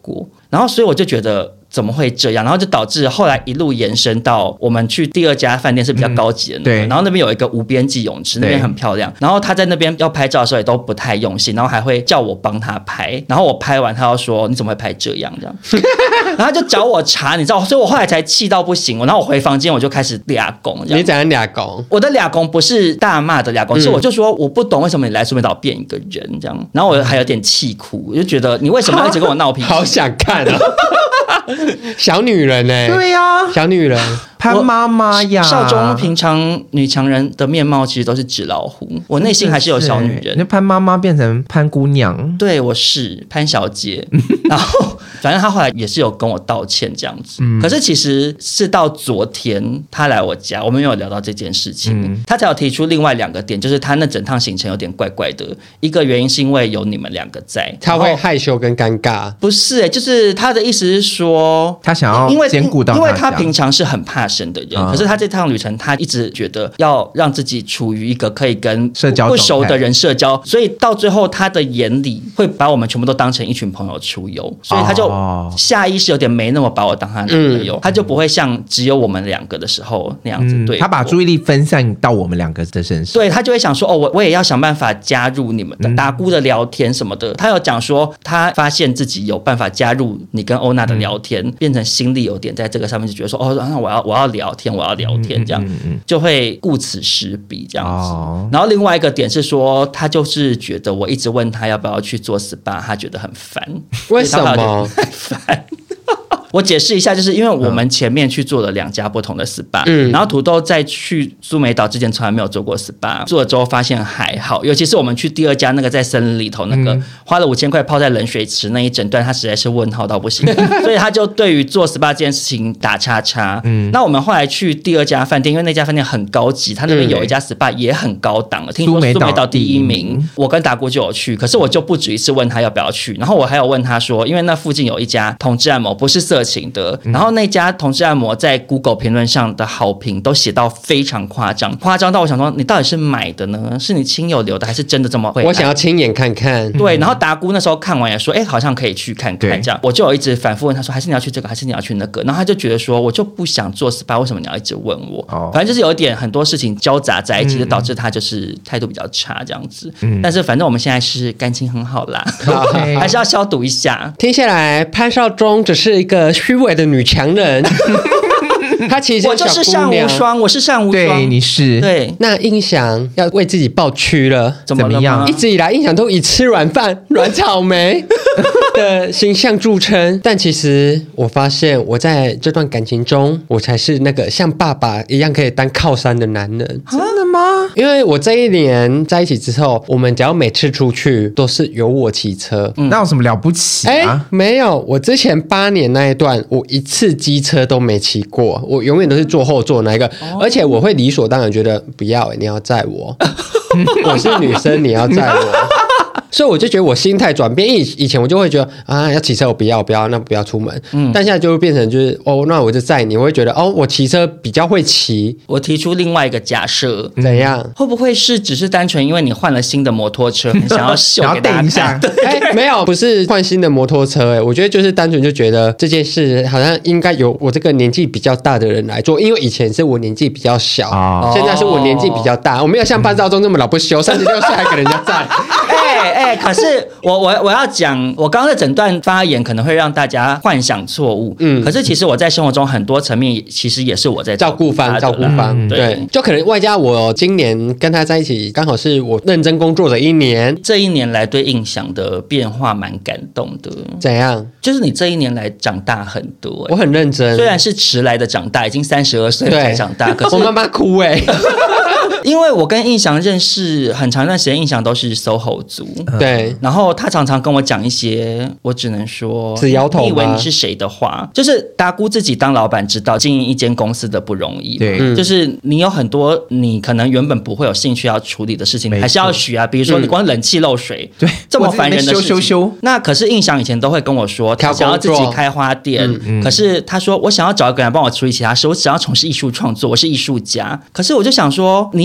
然后所以我就觉得怎么会这样，然后就导致后来一路延伸到我们去第二家饭店是比较高级的那个，然后那边有一个无边际泳池，那边很漂亮，然后他在那边要拍照的时候也都不太用心，然后还会叫我帮他拍，然后我拍完他要说你怎么会拍这样这样然后他就找我查，你知道，所以我后来才气到不行，然后我回房间我就开始俩公。 你怎样俩公？ 我的俩公不是大骂的俩公，是我就说我不懂为什么你来苏梅岛变一个人这样，然后我还有点气哭，我就觉得你为什么要一直跟我闹脾气？ 好想看啊小女人欸， 对呀， 小女人潘妈妈呀。 少中平常女强人的面貌其实都是纸老虎，我内心还是有小女人。 那潘妈妈变成潘姑娘， 对，我是潘小姐。然后反正她后来也是有跟我道歉这样子，可是其实是到昨天她来我家，我们没有聊到这件事情，她才有提出另外2个点，就是她那整趟行程有点怪怪的。一个原因是因为有你们2个在， 她会害羞跟尴尬。 不是就是她的意思是说， 她想要兼顾到， 因为她平常是很怕生的人，可是她这趟旅程她一直觉得要让自己处于一个可以跟不熟的人社交，所以到最后她的眼里会把我们全部都当成一群朋友出游，所以她就下意识有点没那么把我当她男朋友，她就不会像只有我们2个的时候那样子对我。 她把注意力分散到我们2个的身上， 对，她就会想说哦，我也要想办法加入你们的达姑的聊天什么的。她有讲说她发现自己有办法加入你跟欧娜的聊天，变成心力有点在这个上面，就觉得说哦，那我要聊天，我要聊天这样，就会顾此失彼这样子。然后另外一个点是说，她就是觉得我一直问她要不要去做 SPA， 她觉得很烦。 为什么？ 太烦。我解释一下，就是因为我们前面去做了2家不同的 SPA，然后土豆在去苏梅岛之前从来没有做过 SPA， 做了之后发现还好，尤其是我们去第2家那个在森林里头那个，花了5000块泡在冷水池那一整段，他实在是问号到不行，所以他就对于做 SPA 这件事情打叉叉。那我们后来去第2家饭店，因为那家饭店很高级，他那边有一家 SPA 也很高档，听说苏梅岛第1名，我跟达姑就有去，可是我就不止一次问他要不要去，然后我还有问他说，因为那附近有一家同志按摩，不是色情的，然后那家同志按摩在 Google 评论上的好评都写到非常夸张到我想说，你到底是买的呢？是你亲友留的，还是真的这么会？ 我想要亲眼看看。 对，然后达姑那时候看完也说，好像可以去看看这样。我就有一直反复问他说，还是你要去这个，还是你要去那个？然后他就觉得说，我就不想做 SPA， 为什么你要一直问我？反正就是有一点很多事情交杂在一起，就导致他就是态度比较差这样子。但是反正我们现在是感情很好啦，还是要消毒一下。 听下来，潘少忠只是一个虚伪的女强人。他其实我就是善无双，我是善无双， 对，你是对。 那印象要为自己抱屈了， 怎么样？ 一直以来印象都以吃软饭、软草莓的形象著称，但其实我发现我在这段感情中，我才是那个像爸爸一样可以当靠山的男人。 真的吗？ 因为我这1年在一起之后，我们只要每次出去都是由我骑车， 那有什么了不起啊？ 没有，我之前8年那一段，我一次机车都没骑过，我永远都是坐后座那一个，而且我会理所当然觉得不要，你要载我，我是女生，你要载我。所以我就觉得我心态转变，以前我就会觉得啊，要骑车我不要，那不要出门。但现在就会变成就是那我就载你，我会觉得我骑车比较会骑。 我提出另外一个假设， 怎样？ 会不会是只是单纯因为你换了新的摩托车，很想要秀给大家看？ 没有，不是换新的摩托车，我觉得就是单纯就觉得这件事好像应该由我这个年纪比较大的人来做，因为以前是我年纪比较小，现在是我年纪比较大，我没有像潘少忠那么老不休，36岁还给人家载。 可是我要讲，我刚刚的整段发言可能会让大家幻想错误，可是其实我在生活中很多层面其实也是我在照顾方，对，就可能外加我今年跟他在一起，刚好是我认真工作的1年， 这1年来对印象的变化蛮感动的。 怎样？ 就是你这1年来长大很多， 我很认真， 虽然是迟来的长大，已经32岁才长大，可是我妈妈哭因为我跟印翔认识很长一段时间，印翔都是 SOHO 族， 对， 然后他常常跟我讲一些，我只能说只摇头， 你以为你是谁的话，就是达姑自己当老板知道经营一间公司的不容易， 对， 就是你有很多你可能原本不会有兴趣要处理的事情，还是要学啊，比如说你光冷气漏水，对，这么烦人的事情，那可是印翔以前都会跟我说，他想要自己开花店，可是他说我想要找一个人帮我处理其他事，我只要从事艺术创作，我是艺术家，可是我就想说，你又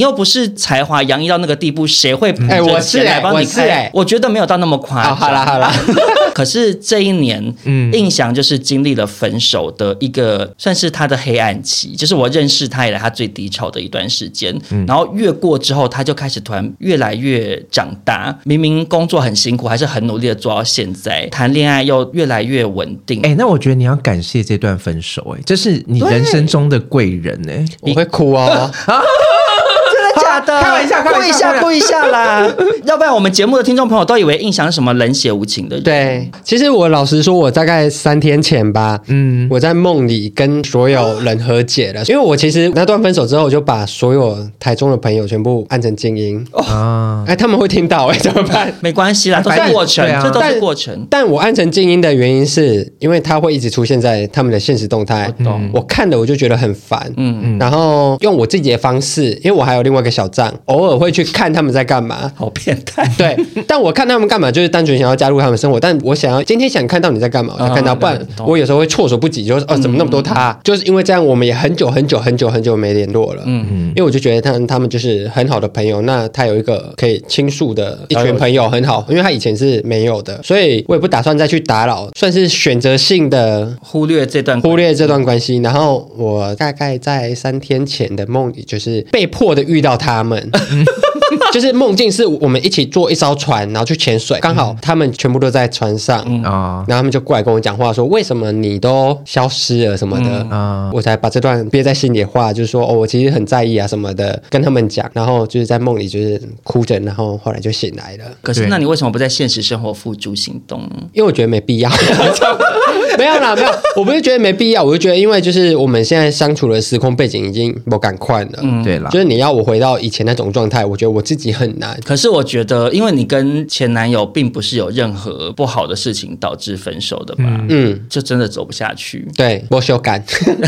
又不是才华洋溢到那个地步，谁会捧着钱来帮你开？ 我觉得没有到那么夸张。 好啦。 可是这一年，印翔就是经历了分手的一个算是他的黑暗期，就是我认识他以来他最低潮的一段时间。然后越过之后，他就开始突然越来越长大，明明工作很辛苦，还是很努力的做到现在，谈恋爱又越来越稳定。 那我觉得你要感谢这段分手，这是你人生中的贵人。 我会哭哦。 假的， 开玩笑， 故意下啦！要不然我们节目的听众朋友都以为印翔是什么冷血无情的人。 对，其实我老实说，我大概3天前吧，我在梦里跟所有人和解了，因为我其实那段分手之后，我就把所有台中的朋友全部按成静音。他们会听到怎么办？ 没关系啦，都是过程，这都是过程。 但我按成静音的原因是因为它会一直出现在他们的现实动态，我看了我就觉得很烦，然后用我自己的方式，因为我还有另外一个小账，偶尔会去看他们在干嘛。 好变态。 对，但我看他们干嘛，就是单纯想要加入他们生活。但我今天想看到你在干嘛，我就看到，不然我有时候会措手不及，就是怎么那么多他？就是因为这样，我们也很久没联络了。因为我就觉得他们就是很好的朋友，那他有一个可以倾诉的一群朋友很好，因为他以前是没有的，所以我也不打算再去打扰，算是选择性的忽略这段关系。然后我大概在3天前的梦里，就是被迫的遇到他们。就是梦境是我们一起坐一艘船，然后去潜水，刚好他们全部都在船上，然后他们就过来跟我讲话，说为什么你都消失了什么的，我才把这段憋在心里的话，就是说我其实很在意啊什么的，跟他们讲，然后就是在梦里就是哭着，然后后来就醒来了。 可是那你为什么不在现实生活付诸行动呢？ 因为我觉得没必要。没有，我不是觉得没必要，我就觉得因为就是我们现在相处的时空背景已经不赶快了， 对啦， 就是你要我回到以前那种状态，我觉得我自己很难。 可是我觉得，因为你跟前男友并不是有任何不好的事情导致分手的吧？就真的走不下去。 对，我修改。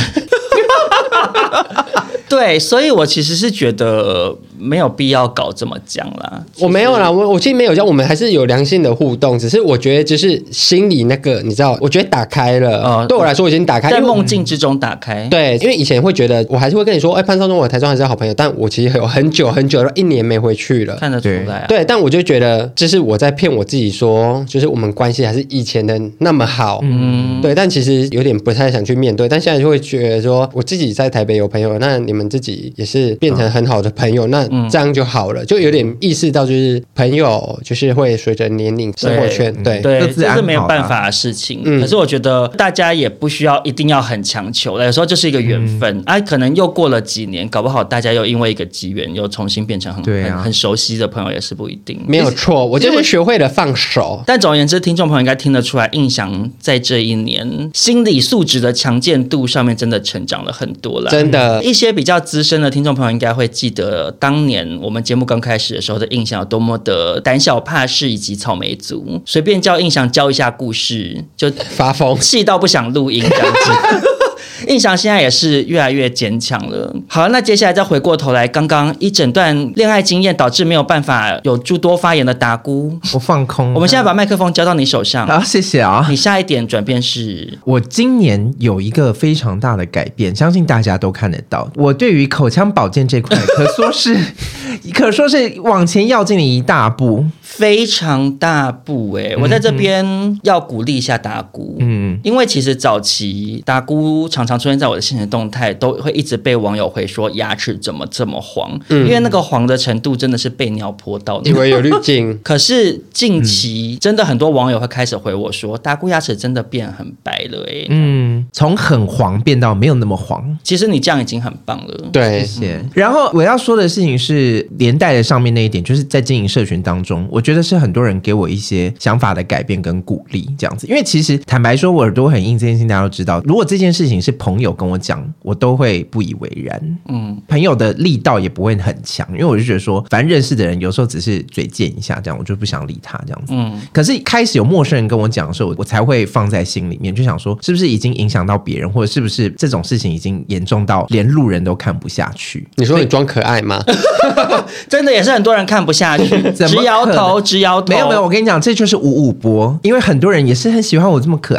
对，所以我其实是觉得没有必要搞这么僵啦。 我没有啦，我其实没有僵，我们还是有良性的互动，只是我觉得就是心里那个，你知道，我觉得打开了。对我来说，我已经打开， 在梦境之中打开。 对，因为以前会觉得，我还是会跟你说，潘少忠，我台中还是好朋友，但我其实有很久1年没回去了， 看得出来啊。 对，但我就觉得，这是我在骗我自己说，就是我们关系还是以前的那么好。对，但其实有点不太想去面对，但现在就会觉得说，我自己在台北有朋友，那你们自己也是变成很好的朋友，那这样就好了，就有点意识到，就是朋友就是会随着年龄、生活圈，对， 这是没有办法的事情。可是我觉得大家也不需要一定要很强求，有时候就是一个缘分。可能又过了几年，搞不好大家又因为一个机缘，又重新变成很熟悉的朋友，也是不一定。 没有错，我就是学会了放手。 但总而言之，听众朋友应该听得出来，印翔在这一年心理素质的强健度上面真的成长了很多了。 真的， 一些比较资深的听众朋友应该会记得，当年我们节目刚开始的时候的印翔有多么的胆小怕事以及草莓族，随便叫印翔教一下故事就发疯， 气到不想录音这样子。印翔现在也是越来越坚强了。好，那接下来再回过头来，刚刚一整段恋爱经验导致没有办法有诸多发言的达姑， 我放空。 我们现在把麦克风交到你手上。 好，谢谢啊。 你下一点转变是， 我今年有一个非常大的改变，相信大家都看得到。我对于口腔保健这块，可说是往前要进了一大步， 非常大步我在这边要鼓励一下达姑，因为其实早期达姑常常出现在我的现实动态，都会一直被网友回说牙齿怎么这么黄，因为那个黄的程度真的是被尿泼到的， 以为有滤镜。 可是近期真的很多网友会开始回我说，达姑牙齿真的变很白了从很黄变到没有那么黄。 其实你这样已经很棒了， 对， 谢谢。然后我要说的事情是连带的上面那一点，就是在经营社群当中，我觉得是很多人给我一些想法的改变跟鼓励这样子。因为其实坦白说，我耳朵很硬这件事情大家都知道，如果这件事情是朋友跟我讲，我都会不以为然。朋友的力道也不会很强，因为我就觉得说，反正认识的人有时候只是嘴贱一下，这样我就不想理他这样子。可是开始有陌生人跟我讲的时候，我才会放在心里面，就想说，是不是已经影响到别人，或者是不是这种事情已经严重到连路人都看不下去？ 你说你装可爱吗？ 真的也是很多人看不下去，直摇头，直摇头。 没有，我跟你讲，这就是5波，因为很多人也是很喜欢我这么可爱的哟。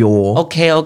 哟。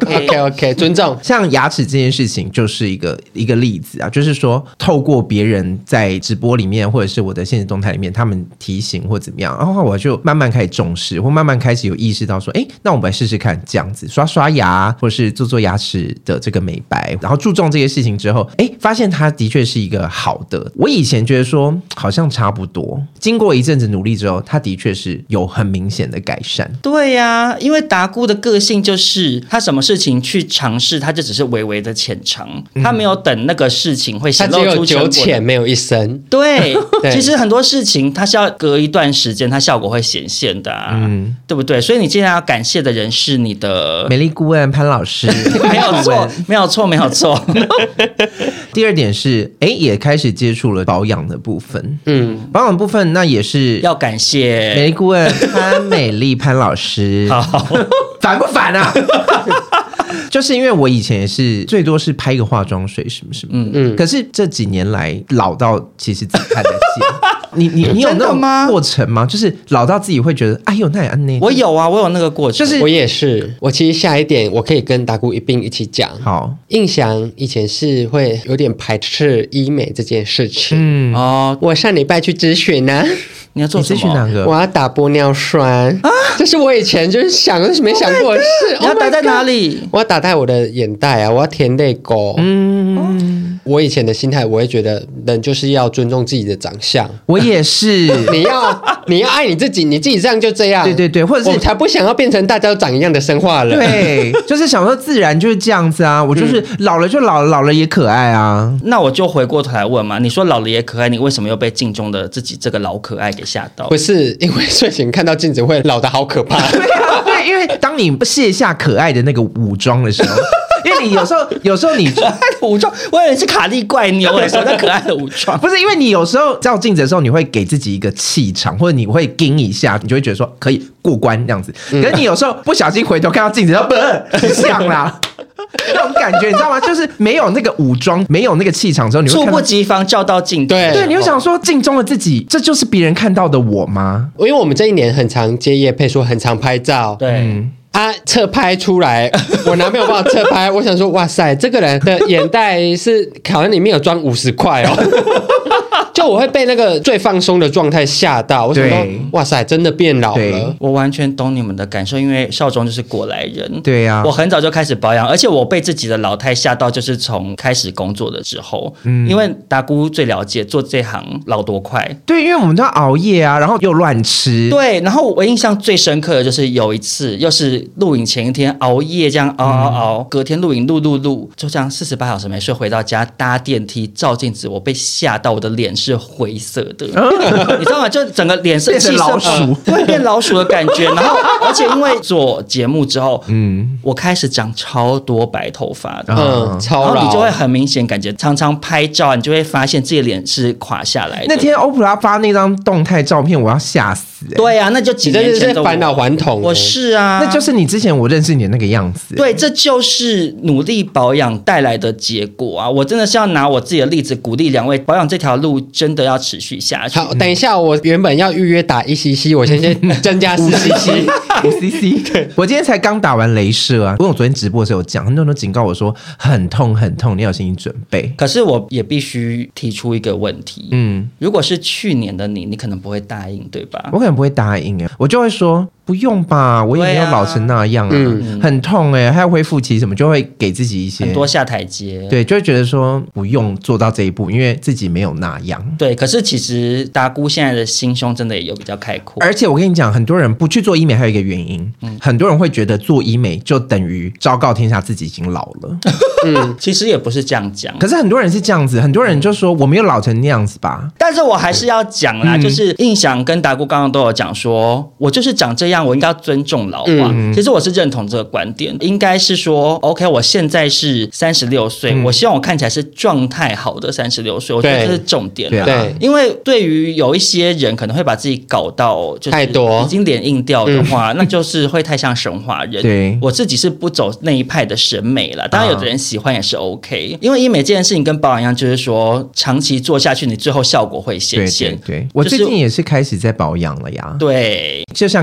OK， 尊重。 像牙齿这件事情就是一个例子啊，就是说透过别人在直播里面或者是我的现实动态里面，他们提醒或怎么样，然后我就慢慢开始重视，或慢慢开始有意识到说，那我们来试试看这样子刷牙，或是做牙齿的这个美白，然后注重这些事情之后，发现它的确是一个好的。我以前觉得说好像差不多，经过一阵子努力之后，它的确是有很明显的改善。 对呀，因为达姑的个性就是他什么事情去尝试，他就只是微微的浅尝，他没有等那个事情会显露出成果。 他只有9浅没有1深。 对，其实很多事情它是要隔一段时间，它效果会显现的对不对？所以你今天要感谢的人是你的美丽顾问潘老师。 没有错。 第二点是，也开始接触了保养的部分。保养的部分那也是要感谢美丽顾问潘美丽潘老师。 好， 烦不烦啊？就是因为我以前也是最多是拍个化妆水什么，可是这几年来老到其实自己看得见。你有那种过程吗？就是老到自己会觉得哎呦那也安呢？ 我有啊，我有那个过程。 就是我也是，我其实下一点我可以跟达姑一并一起讲。 好， 印象以前是会有点排斥医美这件事情。我上礼拜去咨询呢。 你要做什么？ 你咨询哪个？ 我要打玻尿酸这是我以前就是想都没想过的事。 你要打在哪里？ 我要打在我的眼袋啊，我要填泪沟。我以前的心态，我会觉得人就是要尊重自己的长相。 我也是， 你要爱你自己，你自己这样就这样。 对，或者是我才不想要变成大家都长一样的生化人。 对，就是想说自然就是这样子啊，我就是老了就老了，老了也可爱啊。 那我就回过头来问嘛，你说老了也可爱，你为什么又被镜中的自己这个老可爱给吓到？ 不是因为睡醒看到镜子会老得好可怕。 对，因为当你卸下可爱的那个武装的时候。因为你有时候你可爱的武装，我以为是卡利怪妞什么叫可爱的武装？ 不是，因为你有时候照镜子的时候，你会给自己一个气场，或者你会盯一下，你就会觉得说可以过关这样子。可是你有时候不小心回头看到镜子，不是像啦。那种感觉你知道吗？就是没有那个武装，没有那个气场之后，你会猝不及防照到镜子。 对， 你会想说镜中的自己，这就是别人看到的我吗？ 因为我们这一年很常接业配，说很常拍照。 对。 侧拍出来，我男朋友帮我侧拍，我想说，哇塞，这个人的眼袋是好像里面有装50块哦。就我会被那个最放松的状态吓到，我想说，哇塞，真的变老了。 我完全懂你们的感受，因为少中就是过来人。 对呀， 我很早就开始保养，而且我被自己的老态吓到，就是从开始工作的时候。因为达姑最了解做这行老多快。 对，因为我们都要熬夜啊，然后又乱吃。 对，然后我印象最深刻的就是有一次，又是录影前一天熬夜这样熬，隔天录影录，就这样48小时没睡，回到家搭电梯照镜子，我被吓到，我的脸是灰色的，你知道吗？就整个脸色气色老鼠， 会变老鼠的感觉。然后，而且因为做节目之后，我开始长超多白头发的， 超老， 然后你就会很明显感觉，常常拍照，你就会发现自己的脸是垮下来的。 那天欧普拉发那张动态照片，我要吓死。 对啊，那就几年前的我， 返老还童。 我是啊， 那就是你之前我认识你的那个样子。 对，这就是努力保养带来的结果啊！我真的是要拿我自己的例子鼓励两位，保养这条路真的要持续下去。 好，等一下，我原本要预约打1cc，我先增加4cc。 5cc， 对，我今天才刚打完雷射啊！因为我昨天直播的时候有讲，很多人都警告我说很痛很痛，你要有心理准备。 可是我也必须提出一个问题，如果是去年的你可能不会答应，对吧？ 我可能不会答应哎，我就会说不用吧，我也没有老成那样啊，很痛哎，还要恢复期什么，就会给自己一些很多下台阶， 对，就会觉得说不用做到这一步，因为自己没有那样。 对，可是其实达姑现在的心胸真的也有比较开阔， 而且我跟你讲，很多人不去做医美还有一个原因，很多人会觉得做医美就等于昭告天下自己已经老了。 其实也不是这样讲， 可是很多人是这样子，很多人就说我没有老成那样子吧。 但是我还是要讲啦，就是印象跟达姑刚刚都有讲说，我就是长这样，我应该要尊重老化。其实我是认同这个观点，应该是说 OK， 我现在是36岁，我希望我看起来是状态好的36岁，我觉得这是重点啦。 对， 因为对于有一些人可能会把自己搞到就是太多已经脸硬掉的话，那就是会太像神话人。 对， 我自己是不走那一派的审美啦，当然有的人喜欢也是 OK， 因为医美这件事情跟保养一样，就是说长期做下去，你最后效果会显现。 对，我最近也是开始在保养了呀。 对， 就像刚才说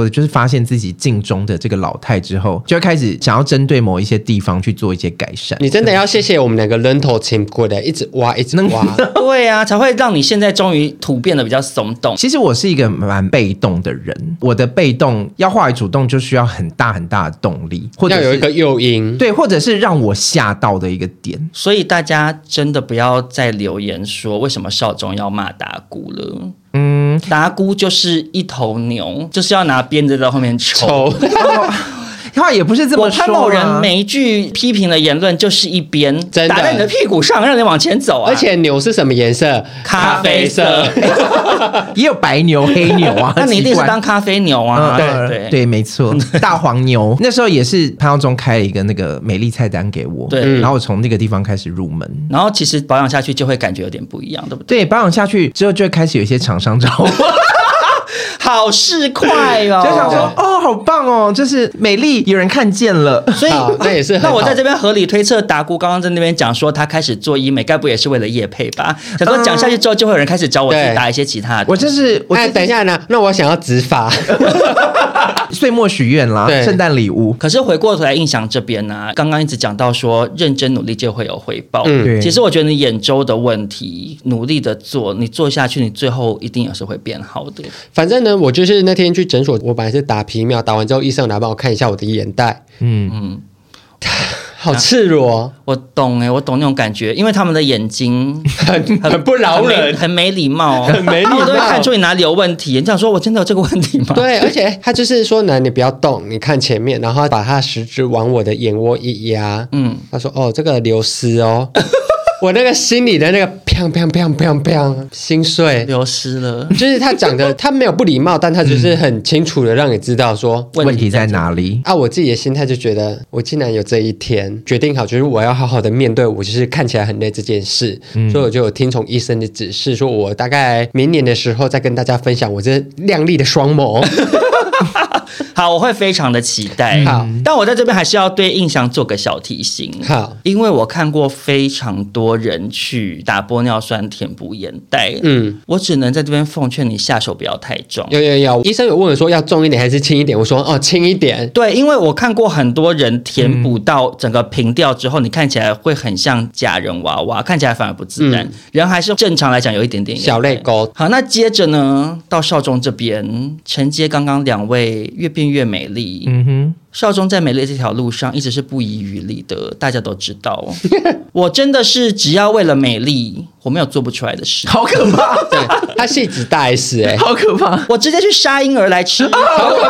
的，就是发现自己镜中的这个老态之后，就会开始想要针对某一些地方去做一些改善。 你真的要谢谢我们两个人头挺过的，一直挖一直挖。 对啊，才会让你现在终于图变得比较松动。 其实我是一个蛮被动的人，我的被动要化为主动，就需要很大很大的动力，或者要有一个诱因， 对，或者是让我吓到的一个点。 所以大家真的不要再留言说为什么少中要骂达姑了。达姑就是一头牛，就是要拿鞭子在后面抽。 话也不是这么说、啊。 我潘某人每一句批评的言论就是一鞭打在你的屁股上，让你往前走啊！ 而且牛是什么颜色？咖啡色， 也有白牛、黑牛啊。 那你一定是当咖啡牛啊！ 对，没错，大黄牛。那时候也是潘耀宗开了一个那个美丽菜单给我，对，然后我从那个地方开始入门。 然后其实保养下去就会感觉有点不一样，对不对？ 对，保养下去之后就会开始有一些厂商找我。 好市侩哦， 就想说哦，好棒哦，就是美丽有人看见了， 所以那也是很好。 那我在这边合理推测，达姑刚刚在那边讲说他开始做医美，该不也是为了业配吧？想说讲下去之后，就会有人开始找我去打一些其他的。 我等一下呢，那我想要植发， 岁末许愿啦，圣诞礼物。 可是回过头来，印象这边呢、刚刚一直讲到说认真努力就会有回报。其实我觉得你眼周的问题，努力的做，你做下去，你最后一定也是会变好的。 反正呢，我就是那天去诊所，我本来是打皮秒，打完之后医生来帮我看一下我的眼袋。好赤裸， 我懂我懂那种感觉，因为他们的眼睛很不饶人， 很没礼貌， 很没礼貌， 我都会看出你哪里有问题。你想说我真的有这个问题吗？ 对，而且他就是说呢，你不要动，你看前面，然后把他食指往我的眼窝一压，他说哦，这个流失哦。我那个心里的那个砰砰砰砰砰心碎流失了， 就是他讲的，他没有不礼貌，但他就是很清楚的让你知道说问题在哪里啊。我自己的心态就觉得，我竟然有这一天决定好，就是我要好好的面对我就是看起来很累这件事，所以我就有听从医生的指示，说我大概明年的时候再跟大家分享我这亮丽的双眸。 好，我会非常的期待。 好， 但我在这边还是要对印象做个小提醒。 好， 因为我看过非常多人去打玻尿酸填补眼袋。我只能在这边奉劝你下手不要太重。 有，医生有问我说要重一点还是轻一点，我说哦轻一点。 对，因为我看过很多人填补到整个平掉之后，你看起来会很像假人娃娃，看起来反而不自然。人还是正常来讲有一点点小泪沟。 好，那接着呢，到少中这边承接刚刚两位越变越美丽。少中在美丽这条路上一直是不遗余力的，大家都知道。我真的是只要为了美丽，我没有做不出来的事。 好可怕！ 对，他戏子大 S 好可怕！ 我直接去杀婴儿来吃。不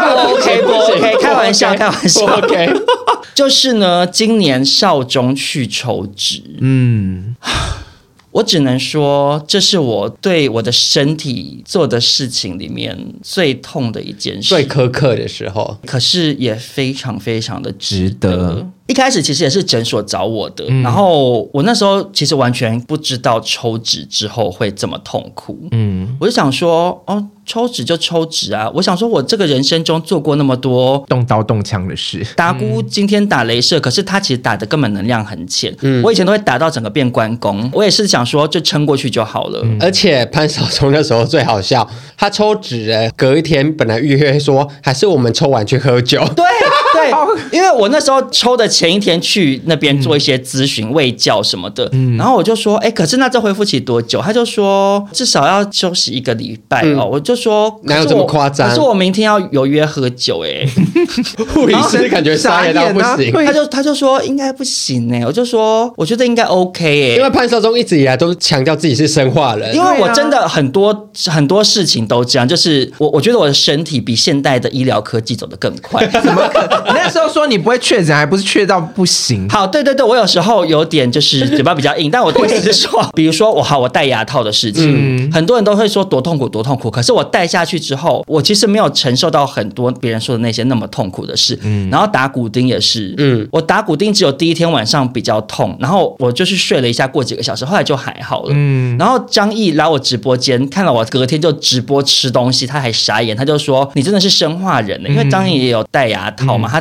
OK， 开玩笑，开玩笑。 OK， 就是呢，今年少中去抽脂。我只能说，这是我对我的身体做的事情里面最痛的一件事， 最苛刻的时候， 可是也非常非常的值得。一开始其实也是诊所找我的，然后我那时候其实完全不知道抽脂之后会这么痛苦。我就想说，哦，抽脂就抽脂啊！我想说，我这个人生中做过那么多动刀动枪的事。 达姑今天打雷射，可是他其实打的根本能量很浅。我以前都会打到整个变关公，我也是想说就撑过去就好了。 而且潘少聪那时候最好笑，他抽脂隔一天本来预约说还是我们抽完去喝酒。 对，因为我那时候抽的前一天去那边做一些咨询、卫教什么的，然后我就说，可是那这恢复期多久？他就说至少要休息1个礼拜哦。我就说哪有这么夸张？ 可是我明天要有约喝酒护理师感觉傻眼到不行。 他就说应该不行我就说我觉得应该 OK 因为潘少忠一直以来都强调自己是生化人， 因为我真的很多事情都这样，就是我觉得我的身体比现代的医疗科技走得更快。 怎么可能？那时候说你不会确诊，还不是确到不行？ 好，对，我有时候有点就是嘴巴比较硬，但我的意思是说，比如说我戴牙套的事情，很多人都会说多痛苦，可是我戴下去之后，我其实没有承受到很多别人说的那些那么痛苦的事。然后打骨钉也是，我打骨钉只有第一天晚上比较痛，然后我就是睡了一下，过几个小时，后来就还好了。然后张毅来我直播间，看到我隔天就直播吃东西，他还傻眼，他就说你真的是生化人因为张毅也有戴牙套嘛，他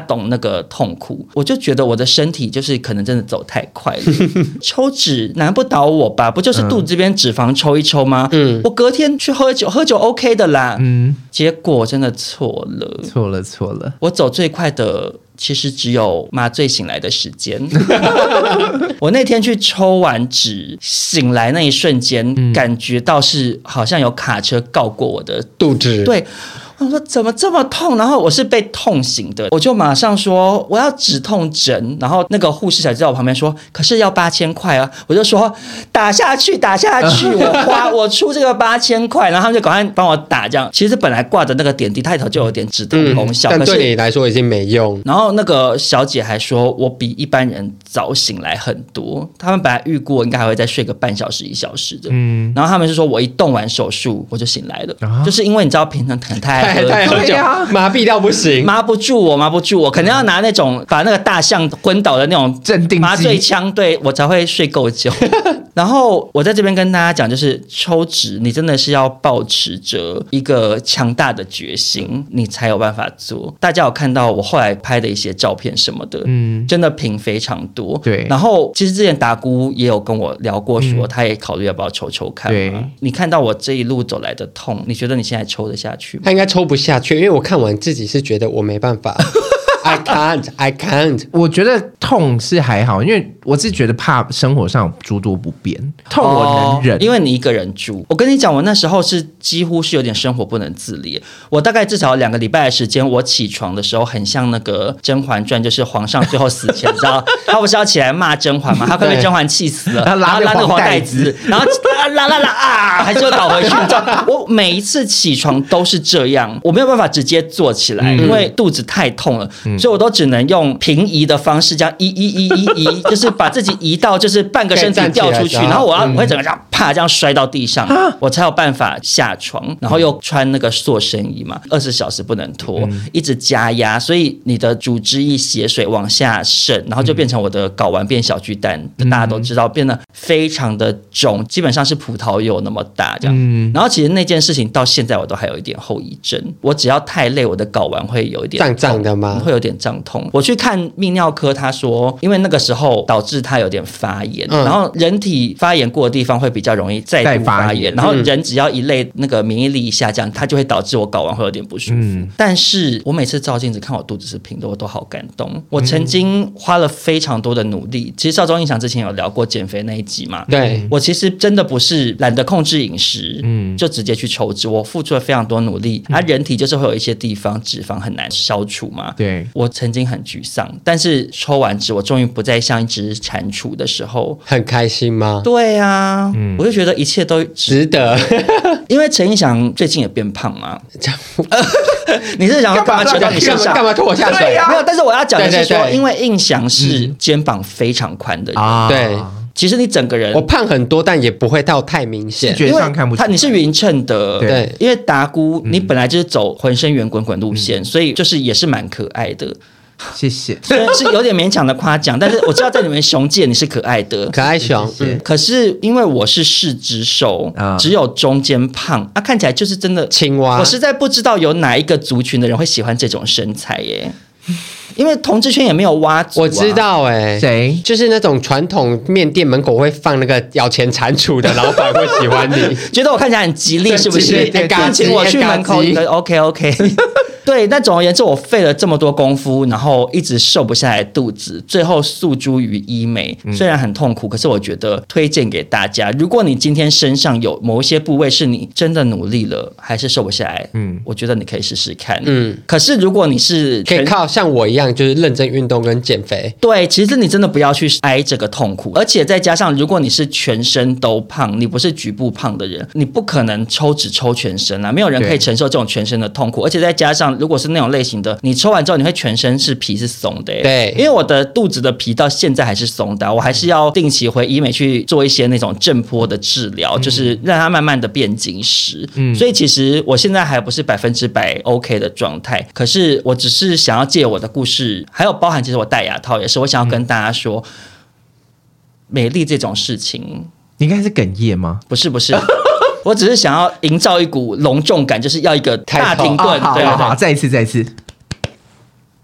懂那个痛苦，我就觉得我的身体就是可能真的走太快了。抽脂难不倒我吧？不就是肚子这边脂肪抽一抽吗？我隔天去喝酒，喝酒 OK 的啦。结果真的错了。我走最快的其实只有麻醉醒来的时间。我那天去抽完脂，醒来那一瞬间，感觉到是好像有卡车告过我的肚子。 对。我说怎么这么痛？然后我是被痛醒的，我就马上说我要止痛针，然后那个护士小姐在我旁边说，可是要8000块啊！我就说打下去，我出这个8000块，然后他们就赶快帮我打这样。其实本来挂的那个点滴它里头就有点止痛功效， 但对你来说已经没用。 然后那个小姐还说我比一般人早醒来很多，他们本来预估我应该还会再睡个半小时1小时的，然后他们是说我一动完手术我就醒来了，就是因为你知道平常可能太喝酒麻痹到不行， 麻不住我可能要拿那种把那个大象昏倒的那种镇定麻醉枪，对我才会睡够久。然后我在这边跟大家讲，就是抽脂你真的是要抱持着一个强大的决心，你才有办法做。大家有看到我后来拍的一些照片什么的，真的平非常多。 对， 然后其实之前达姑也有跟我聊过说，他也考虑要不要抽看嘛。对，你看到我这一路走来的痛，你觉得你现在抽得下去吗？ 他应该抽不下去，因为我看完自己是觉得我没办法。I can't。 我觉得痛是还好，因为我是觉得怕生活上有诸多不便，痛我能忍， 因为你一个人住。我跟你讲，我那时候是几乎是有点生活不能自理。我大概至少2个礼拜的时间，我起床的时候很像那个《甄嬛传》，就是皇上最后死前，你知道他不是要起来骂甄嬛吗？他快被甄嬛气死了，然后拉那个黄带子，然后拉，还是又倒回去。你知道，我每一次起床都是这样，我没有办法直接坐起来，因为肚子太痛了。所以我都只能用平移的方式，这样移，就是把自己移到就是半个身体掉出去，然后我会整个这样啪这样摔到地上，我才有办法下床，然后又穿那个塑身衣嘛，20小时不能脱，一直加压，所以你的组织液血水往下渗，然后就变成我的睾丸变小巨蛋，大家都知道变得非常的肿，基本上是葡萄柚那么大这样。然后其实那件事情到现在我都还有一点后遗症，我只要太累，我的睾丸会有一点胀胀的吗？ 会有点胀痛。我去看泌尿科，他说因为那个时候导致他有点发炎，然后人体发炎过的地方会比较容易再度发炎，然后人只要一累，那个免疫力下降，它就会导致我睾丸会有点不舒服。但是我每次照镜子看我肚子是平的，我都好感动。我曾经花了非常多的努力，其实少中印象之前有聊过减肥那一集嘛， 对， 我其实真的不是懒得控制饮食，就直接去抽脂，我付出了非常多努力。人体就是会有一些地方脂肪很难消除嘛， 对， 我曾经很沮丧，但是抽完脂，我终于不再像一只蟾蜍的时候， 很开心吗？ 对啊，我就觉得一切都值得。 因为陈印翔最近也变胖嘛，你是想要干嘛扯到你身上？ 干嘛拖我下水？ 没有，但是我要讲的是说，因为印翔是肩膀非常宽的人， 对。 其实你整个人， 我胖很多，但也不会到太明显， 视觉上看不出来。 你是匀称的， 对， 因为达姑你本来就是走浑身圆滚滚路线，所以就是也是蛮可爱的。 谢谢， 虽然是有点勉强的夸奖，但是我知道在你们熊界你是可爱的， 可爱熊。 可是因为我是四肢瘦，只有中间胖，看起来就是真的青蛙。 我实在不知道有哪一个族群的人会喜欢这种身材耶。因为同志圈也没有挖族， 我知道谁就是那种传统面店门口会放那个咬钱蟾蜍的老板会喜欢你， 觉得我看起来很吉利是不是？请我去门口OK。对，但总而言之，我费了这么多功夫，然后一直瘦不下来肚子，最后诉诸于医美，虽然很痛苦，可是我觉得推荐给大家，如果你今天身上有某一些部位是你真的努力了还是瘦不下来，我觉得你可以试试看。可是如果你是可以靠像我一样就是认真运动跟减肥， 对，其实你真的不要去挨这个痛苦，而且再加上如果你是全身都胖，你不是局部胖的人，你不可能抽脂抽全身啊，没有人可以承受这种全身的痛苦，而且再加上如果是那种类型的，你抽完之后你会全身是皮是松的， 对， 因为我的肚子的皮到现在还是松的，我还是要定期回医美去做一些那种震波的治疗，就是让它慢慢的变紧实。所以其实我现在还不是100% OK 的状态，可是我只是想要借我的故事，还有包含其实我戴牙套也是，我想要跟大家说，美丽这种事情， 你应该是哽咽吗？ 不是。我只是想要营造一股隆重感，就是要一个大停顿。对， 好，再一次。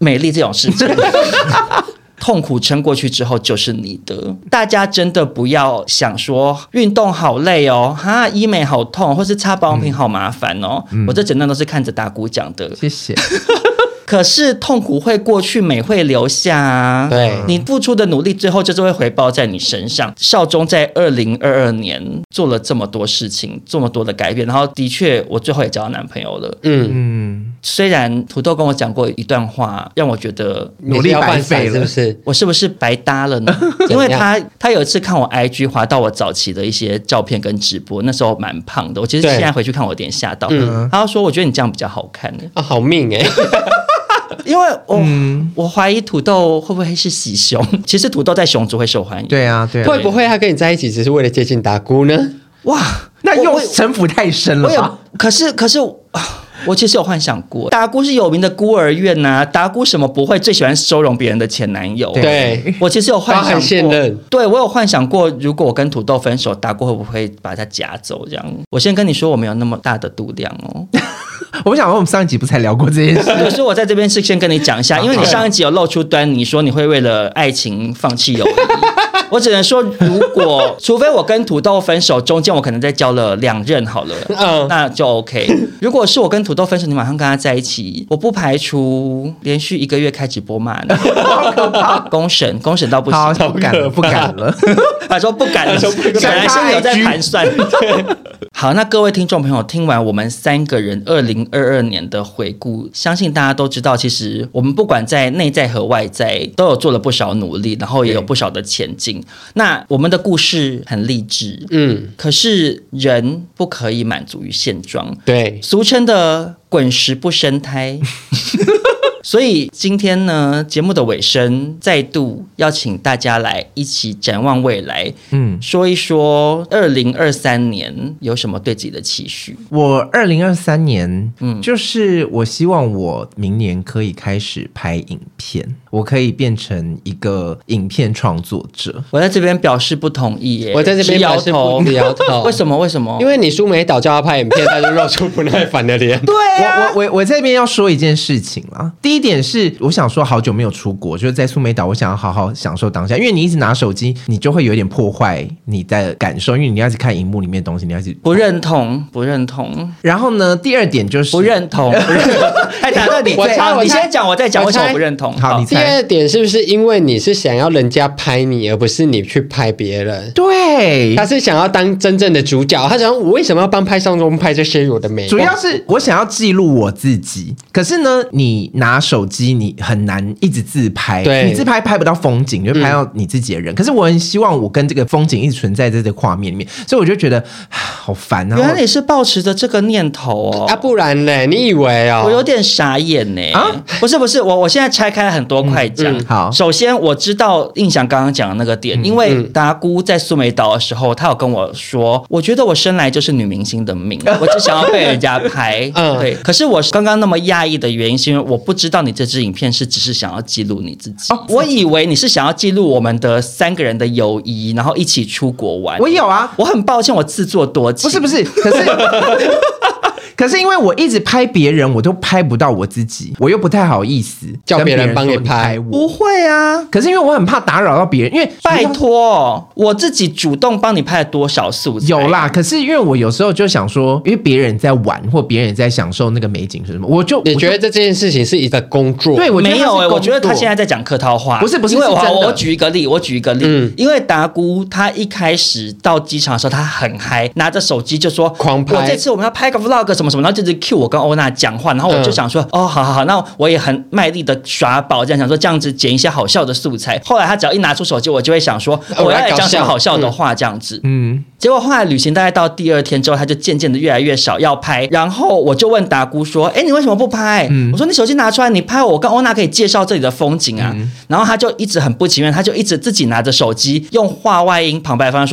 美丽这种事情。痛苦撑过去之后就是你的，大家真的不要想说运动好累哦，哈，医美好痛，或是擦保养品好麻烦哦。我这整段都是看着达姑讲的， 谢谢。 可是痛苦会过去，美会留下啊！ 对， 你付出的努力，最后就是会回报在你身上。少中在2022年做了这么多事情，这么多的改变，然后的确，我最后也交到男朋友了。虽然土豆跟我讲过一段话，让我觉得努力白费了， 是不是？ 我是不是白搭了呢？因为他有一次看我 IG 滑到我早期的一些照片跟直播，那时候蛮胖的。我其实现在回去看，我有点吓到。他说：“我觉得你这样比较好看。” 啊，好命哎！ 因为我怀疑土豆会不会是喜熊？其实土豆在熊族会受欢迎。 对啊，对啊。 会不会他跟你在一起只是为了接近达姑呢？ 哇， 那又城府太深了吧？ 可是。我其实有幻想过，达姑是有名的孤儿院呐、达姑什么不会，最喜欢收容别人的前男友。 对， 我其实有幻想过， 现任。 对，我有幻想过，如果我跟土豆分手，达姑会不会把他夹走？这样，我先跟你说，我没有那么大的度量哦。 我想说，我们上一集不才聊过这件事？ 所以我在这边是先跟你讲一下，因为你上一集有露出端倪，说你会为了爱情放弃友谊。我只能说，除非我跟土豆分手，中间我可能再交了2任好了，那就 OK。如果是我跟土豆分手，你马上跟他在一起，我不排除连续1个月开直播骂你，公审到不行， 好不敢了。 他说不敢了，本来心里有在盘算。好，那各位听众朋友，听完我们3个人2022年的回顾，相信大家都知道，其实我们不管在内在和外在都有做了不少努力，然后也有不少的前进。那我们的故事很励志，可是人不可以满足于现状， 对， 俗称的滚石不生胎。所以今天呢，节目的尾声，再度邀请大家来一起展望未来，说一说2023年有什么对自己的期许。 我2023年，就是我希望我明年可以开始拍影片，我可以变成一个影片创作者。 我在这边表示不同意耶， 我在这边摇头。为什么？ 因为你苏梅岛叫他拍影片，他就露出不耐烦的脸。 对啊， 我这边要说一件事情啦。第一点是，我想说好久没有出国，就是在苏梅岛，我想要好好享受当下。因为你一直拿手机，你就会有点破坏你的感受，因为你要一直看荧幕里面的东西，你要一直不认同。 然后呢，第二点就是不认同。哎，打断你，你先讲，我再讲为什么不认同。 好，你猜。 第二点是不是因为你是想要人家拍你，而不是你去拍别人？ 对， 他是想要当真正的主角，他想我为什么要帮上中拍这些有的没？ 主要是我想要记录我自己，可是呢，你拿手机你很难一直自拍， 对， 你自拍拍不到风景，你就拍到你自己的人。可是我很希望我跟这个风景一直存在在这个画面里面，所以我就觉得好烦啊！ 原来你是抱持着这个念头哦， 啊，不然呢？你以为哦？ 我有点傻眼呢。不是，我现在拆开了很多块讲。 好， 首先我知道印象刚刚讲的那个点，因为达姑在苏梅岛的时候，她有跟我说，我觉得我生来就是女明星的命，我只想要被人家拍。对。可是我刚刚那么讶异的原因，是因为我不知道你这支影片是只是想要记录你自己。我以为你是想要记录我们的3个人的友谊，然后一起出国玩。 我有啊， 我很抱歉，我自作多情。 不是，可是因为我一直拍别人，我都拍不到我自己，我又不太好意思叫别人帮你拍我。 不会啊， 可是因为我很怕打扰到别人，因为拜托，我自己主动帮你拍了多少素材？ 有啦，可是因为我有时候就想说，因为别人在玩或别人在享受那个美景是什么，你觉得这件事情是一个工作？ 对， 没有我觉得他现在在讲客套话， 不是， 因为我举一个例，因为达姑他一开始到机场的时候，他很嗨，拿着手机就说狂拍， 我这次我们要拍个 vlog 什么什么，然后就是 cue 我跟欧娜讲话，然后我就想说，好，那我也很卖力的耍宝，这样想说这样子剪一些好笑的素材。后来他只要一拿出手机，我就会想说，我要来讲什么好笑的话，这样子。结果后来旅行大概到第2天之后，他就渐渐的越来越少要拍，然后我就问达姑说，你为什么不拍？我说你手机拿出来，你拍我跟欧娜可以介绍这里的风景啊。然后他就一直很不情愿，他就一直自己拿着手机用话外音旁白方说，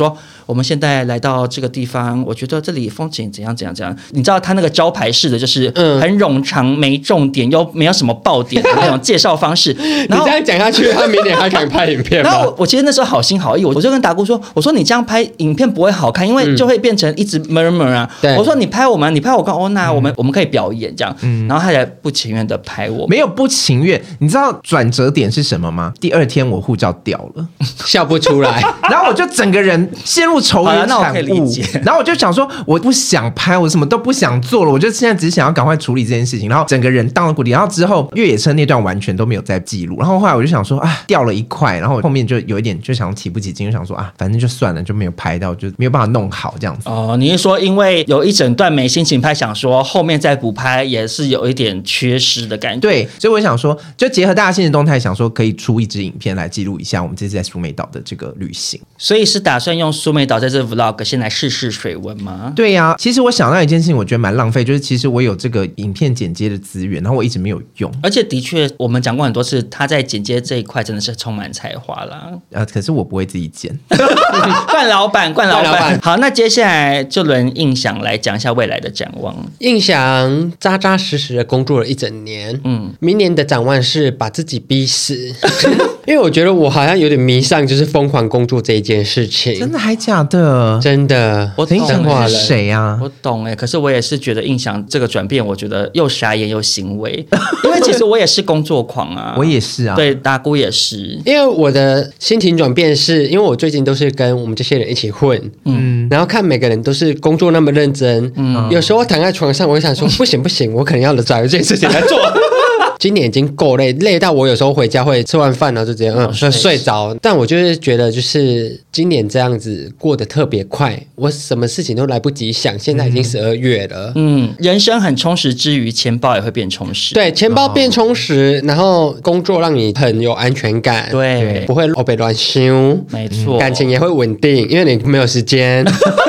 我们现在来到这个地方，我觉得这里风景怎样怎样怎样。你知道他那个招牌式的就是很冗长没重点又没有什么爆点的那种介绍方式。然后你这样讲下去，他明年还敢拍影片吗？ 然后我其实那时候好心好意，我就跟达姑说，我说你这样拍影片不会好看，因为就会变成一直 murmur 啊。我说你拍我们，你拍我跟欧娜，我们可以表演这样。然后他才不情愿的拍我。 没有不情愿，你知道转折点是什么吗？第二天我护照掉了， 笑不出来， 然后我就整个人陷入愁云惨雾。然后我就想说，我不想拍，我什么都不想做了，我就现在只想要赶快处理这件事情。然后整个人荡了谷底。然后之后越野车那段完全都没有再记录。然后后来我就想说啊，掉了一块，然后后面就有一点就想提不起劲，就想说啊，反正就算了，就没有拍到，就没有办法弄好这样子。 哦，你是说因为有一整段没心情拍，想说后面再补拍也是有一点缺失的感觉。 对，所以我想说，就结合大家现实动态，想说可以出一支影片来记录一下我们这次在苏梅岛的这个旅行。 所以是打算用苏梅岛在这 vlog 先来试试水温吗？ 对呀，其实我想到一件事情，我觉得蛮浪费，就是其实我有这个影片剪接的资源，然后我一直没有用。 而且的确，我们讲过很多次，他在剪接这一块真的是充满才华啦。 可是我不会自己剪。 冠老板。好，那接下来就轮印象来讲一下未来的展望。 印象扎扎实实的工作了一整年，明年的展望是把自己逼死。因为我觉得我好像有点迷上就是疯狂工作这一件事情。 真的还假的？ 真的。 我懂是谁啊？ 我懂可是我也是觉得印象这个转变，我觉得又傻眼又欣慰。因为其实我也是工作狂啊。 我也是啊。 对，达姑也是。 因为我的心情转变是因为我最近都是跟我们这些人一起混，然后看每个人都是工作那么认真，有时候躺在床上，我就想说不行，我可能要找一件事情来做。今年已经够累到我有时候回家会吃完饭然后就直接睡着。但我就是觉得就是今年这样子过得特别快，我什么事情都来不及想，现在已经12月了。 人生很充实之余，钱包也会变充实。 对，钱包变充实，然后工作让你很有安全感， 对， 不会被乱想， 没错， 感情也会稳定，因为你没有时间。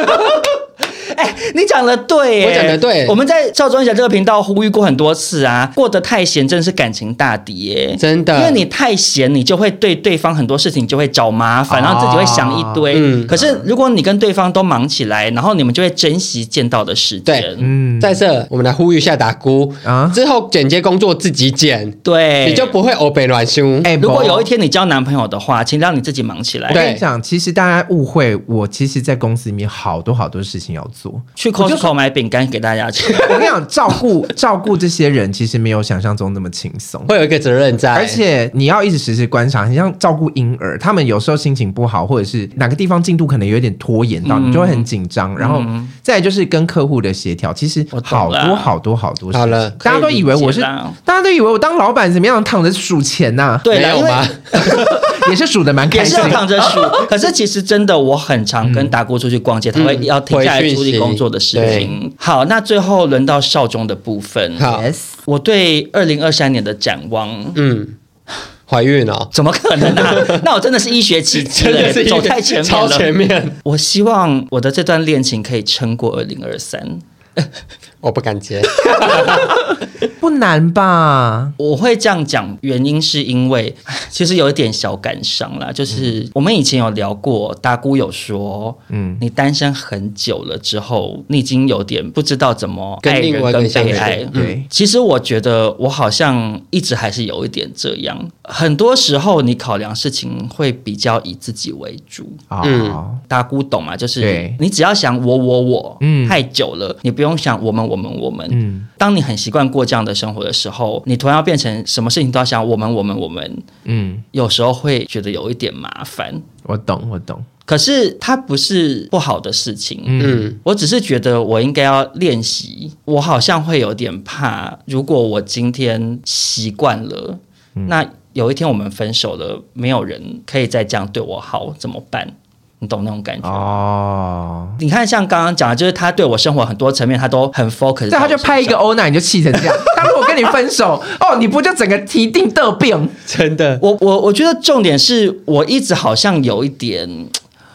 你讲的对， 我讲的对。 我们在赵忠祥这个频道呼吁过很多次啊，过得太闲真的是感情大敌耶， 真的。 因为你太闲，你就会对对方很多事情就会找麻烦，然后自己会想一堆。可是如果你跟对方都忙起来，然后你们就会珍惜见到的时间。 对，在这我们来呼吁一下达姑之后剪接工作自己剪， 对， 你就不会欧北乱凶。 如果有一天你交男朋友的话，请让你自己忙起来。 我跟你讲，其实大家误会我，其实在公司里面好多事情要做。 去 Costco 买饼干给大家吃。 我跟你讲，照顾这些人其实没有想象中那么轻松， 会有一个责任在， 而且你要一直时观察。你像照顾婴儿，他们有时候心情不好，或者是哪个地方进度可能有点拖延到，你就会很紧张。然后再来就是跟客户的协调，其实好多事情。 好了， 大家都以为我当老板怎么样躺着数钱呐？ 对， 没有吗？ 也是数的蛮开心， 也是躺着数。可是其实真的，我很常跟达姑出去逛街，他会要停下来处理工作的事情。好，那最后轮到少中的部分。 好， 我对2023年的展望， 怀孕哦？ 怎么可能啊？那我真的是医学奇迹了，走太前面了， 超前面。 我希望我的这段恋情可以撑过2023。 我不敢接。 不难吧？ 我会这样讲，原因是因为其实有一点小感伤啦，就是我们以前有聊过，达姑有说，你单身很久了之后，你已经有点不知道怎么爱人跟被爱。对，其实我觉得我好像一直还是有一点这样，很多时候你考量事情会比较以自己为主。达姑懂吗？就是你只要想我，太久了，你不用想我们。当你很习惯过这样的生活的时候，你突然要变成什么事情都要想我们，有时候会觉得有一点麻烦。 我懂。 可是它不是不好的事情，我只是觉得我应该要练习。我好像会有点怕，如果我今天习惯了，那有一天我们分手了，没有人可以再这样对我好，怎么办？你懂那种感觉你看像刚刚讲的，就是他对我生活很多层面他都很 focus， 他就拍一个欧娜你就气成这样。他如果跟你分手你不就整个提定得病？ 真的。 我觉得重点是我一直好像有一点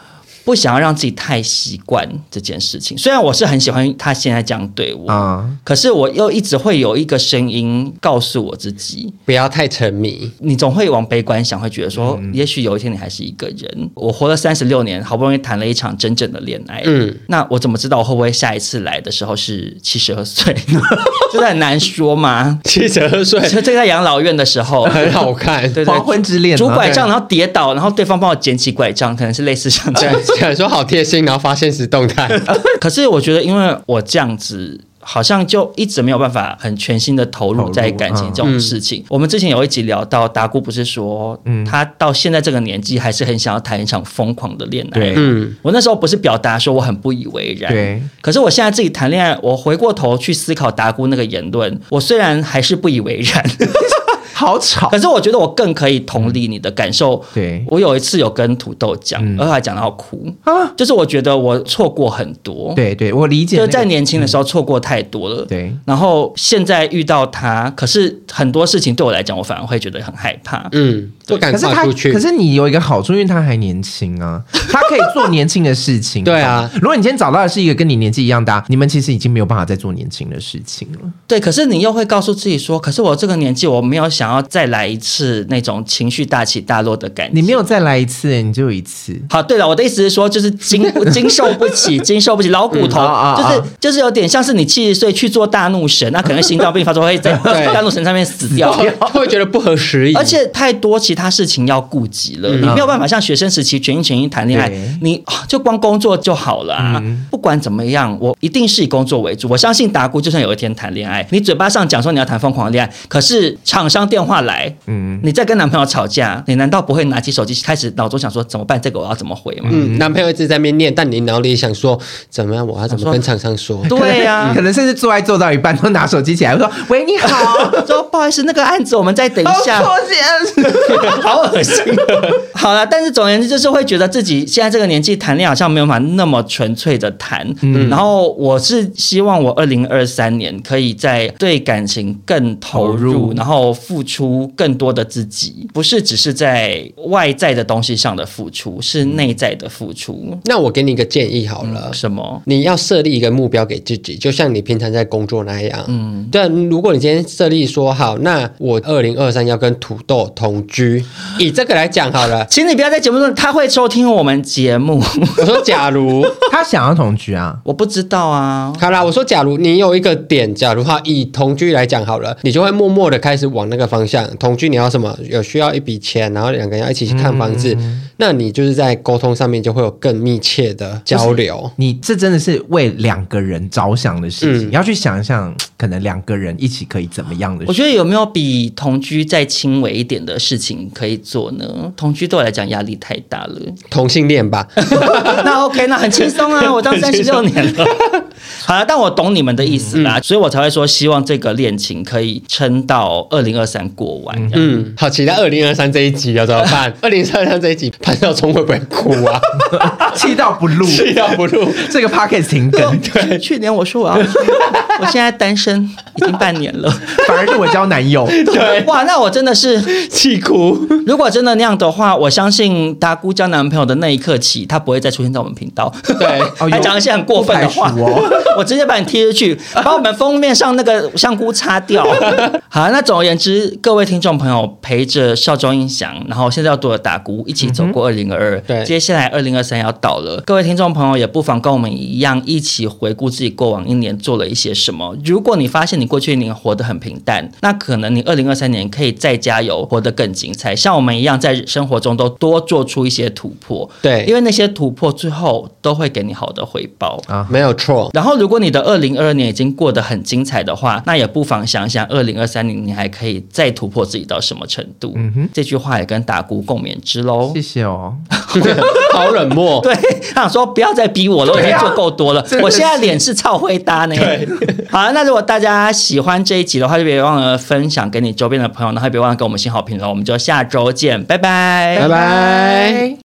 不想要让自己太习惯这件事情。虽然我是很喜欢他现在这样对我，可是我又一直会有一个声音告诉我自己， 不要太沉迷。 你总会往悲观想，会觉得说，也许有一天你还是一个人。我活了36年，好不容易谈了一场真正的恋爱，那我怎么知道我会不会下一次来的时候是72岁？真的很难说嘛。 72岁， 就这个在养老院的时候很好看， 对黄昏之恋， 拄拐杖然后跌倒，然后对方帮我捡起拐杖，可能是类似像这样。 想说好贴心，然后发现实动态。 可是我觉得，因为我这样子。好像就一直没有办法很全心的投入在感情这种事情。我们之前有一集聊到，达姑不是说，他到现在这个年纪还是很想要谈一场疯狂的恋爱。我那时候不是表达说我很不以为然， 对。 可是我现在自己谈恋爱，我回过头去思考达姑那个言论，我虽然还是不以为然。 好吵， 可是我觉得我更可以同理你的感受。 对， 我有一次有跟土豆讲，而还讲到哭啊，就是我觉得我错过很多。 对对，我理解， 就在年轻的时候错过太多了。 对， 然后现在遇到他，可是很多事情对我来讲，我反而会觉得很害怕。 不敢跨出去。 可是你有一个好处，因为他还年轻啊，他可以做年轻的事情。 对啊， 如果你今天找到的是一个跟你年纪一样大，你们其实已经没有办法再做年轻的事情了。 对，可是你又会告诉自己说，可是我这个年纪，我没有想要再来一次那种情绪大起大落的感觉。 你没有再来一次，你就有一次。 好，对了，我的意思是说，就是经受不起，经受不起老骨头，就是有点像是你70岁去做大怒神，那可能心脏病发作会在大怒神上面死掉， 会觉得不合时宜， 而且太多其他事情要顾及了，你没有办法像学生时期全心全意谈恋爱，你就光工作就好了啊。不管怎么样，我一定是以工作为主。我相信达姑就算有一天谈恋爱，你嘴巴上讲说你要谈疯狂的恋爱，可是厂商电话来，你在跟男朋友吵架，你难道不会拿起手机开始脑中想说怎么办？这个我要怎么回吗？ 男朋友一直在那边念，但你脑里想说怎么样？我要怎么跟厂商说？ 对呀， 可能甚至做爱做到一半都拿手机起来说：“喂，你好。” 说不好意思，那个案子我们再等一下。 抱歉， 好恶心。好了，但是总而言之，就是会觉得自己现在这个年纪谈恋爱好像没有办法那么纯粹的谈。然后我是希望我2023年可以在对感情更投入，然后付出更多的自己，不是只是在外在的东西上的付出，是内在的付出。 那我给你一个建议好了， 什么？ 你要设立一个目标给自己，就像你平常在工作那样。对，如果你今天设立说好，那我2023要跟土豆同居，以这个来讲好了。 请你不要在节目中，他会收听我们节目。 我说假如他想要同居啊， 我不知道啊。 好啦，我说假如你有一个点，假如以同居来讲好了，你就会默默的开始往那个方向。同居你要什么？有需要一笔钱，然后两个人要一起去看房子，那你就是在沟通上面就会有更密切的交流。 你这真的是为两个人着想的事情，要去想象可能两个人一起可以怎么样的事情。 我觉得有没有比同居再轻微一点的事情可以做呢？同居对我来讲压力太大了。 同性恋吧。 那 OK， 那很轻松啊，我当36年了。好了，但我懂你们的意思啦，所以我才会说希望这个恋情可以撑到2023过完。 好期待2023这一集要怎么办？2023这一集潘少聪会不会哭啊？ 气到不录， 气到不录， 这个 podcast 停更。 对，去年我说我要，我现在单身已经半年了， 反而是我交男友。 对，哇，那我真的是气哭。 如果真的那样的话，我相信达姑交男朋友的那一刻起，他不会再出现在我们频道。 对， 还讲一些很过分的话，我直接把你踢出去，把我们封面上那个香菇擦掉。好，那总而言之，各位听众朋友陪着少中音响，然后现在要多的达姑一起走过2022， 对， 接下来2023要到了，各位听众朋友也不妨跟我们一样，一起回顾自己过往一年做了一些什么。如果你发现你过去一年活得很平淡，那可能你2023年可以再加油，活得更精彩，像我们一样在生活中都多做出一些突破。 对， 因为那些突破最后都会给你好的回报啊，没有错。 然后如果你的2022年已经过得很精彩的话，那也不妨想想2023年你还可以再突破自己到什么程度。这句话也跟达姑共勉之喽。 谢谢哦。 好冷漠。 对，他想说不要再逼我了，我已经做够多了，我现在脸是超会搭呢。好，那如果大家喜欢这一集的话，就别忘了分享给你周边的朋友，然后别忘了给我们新好评了。我们就下周见，拜拜， 拜拜。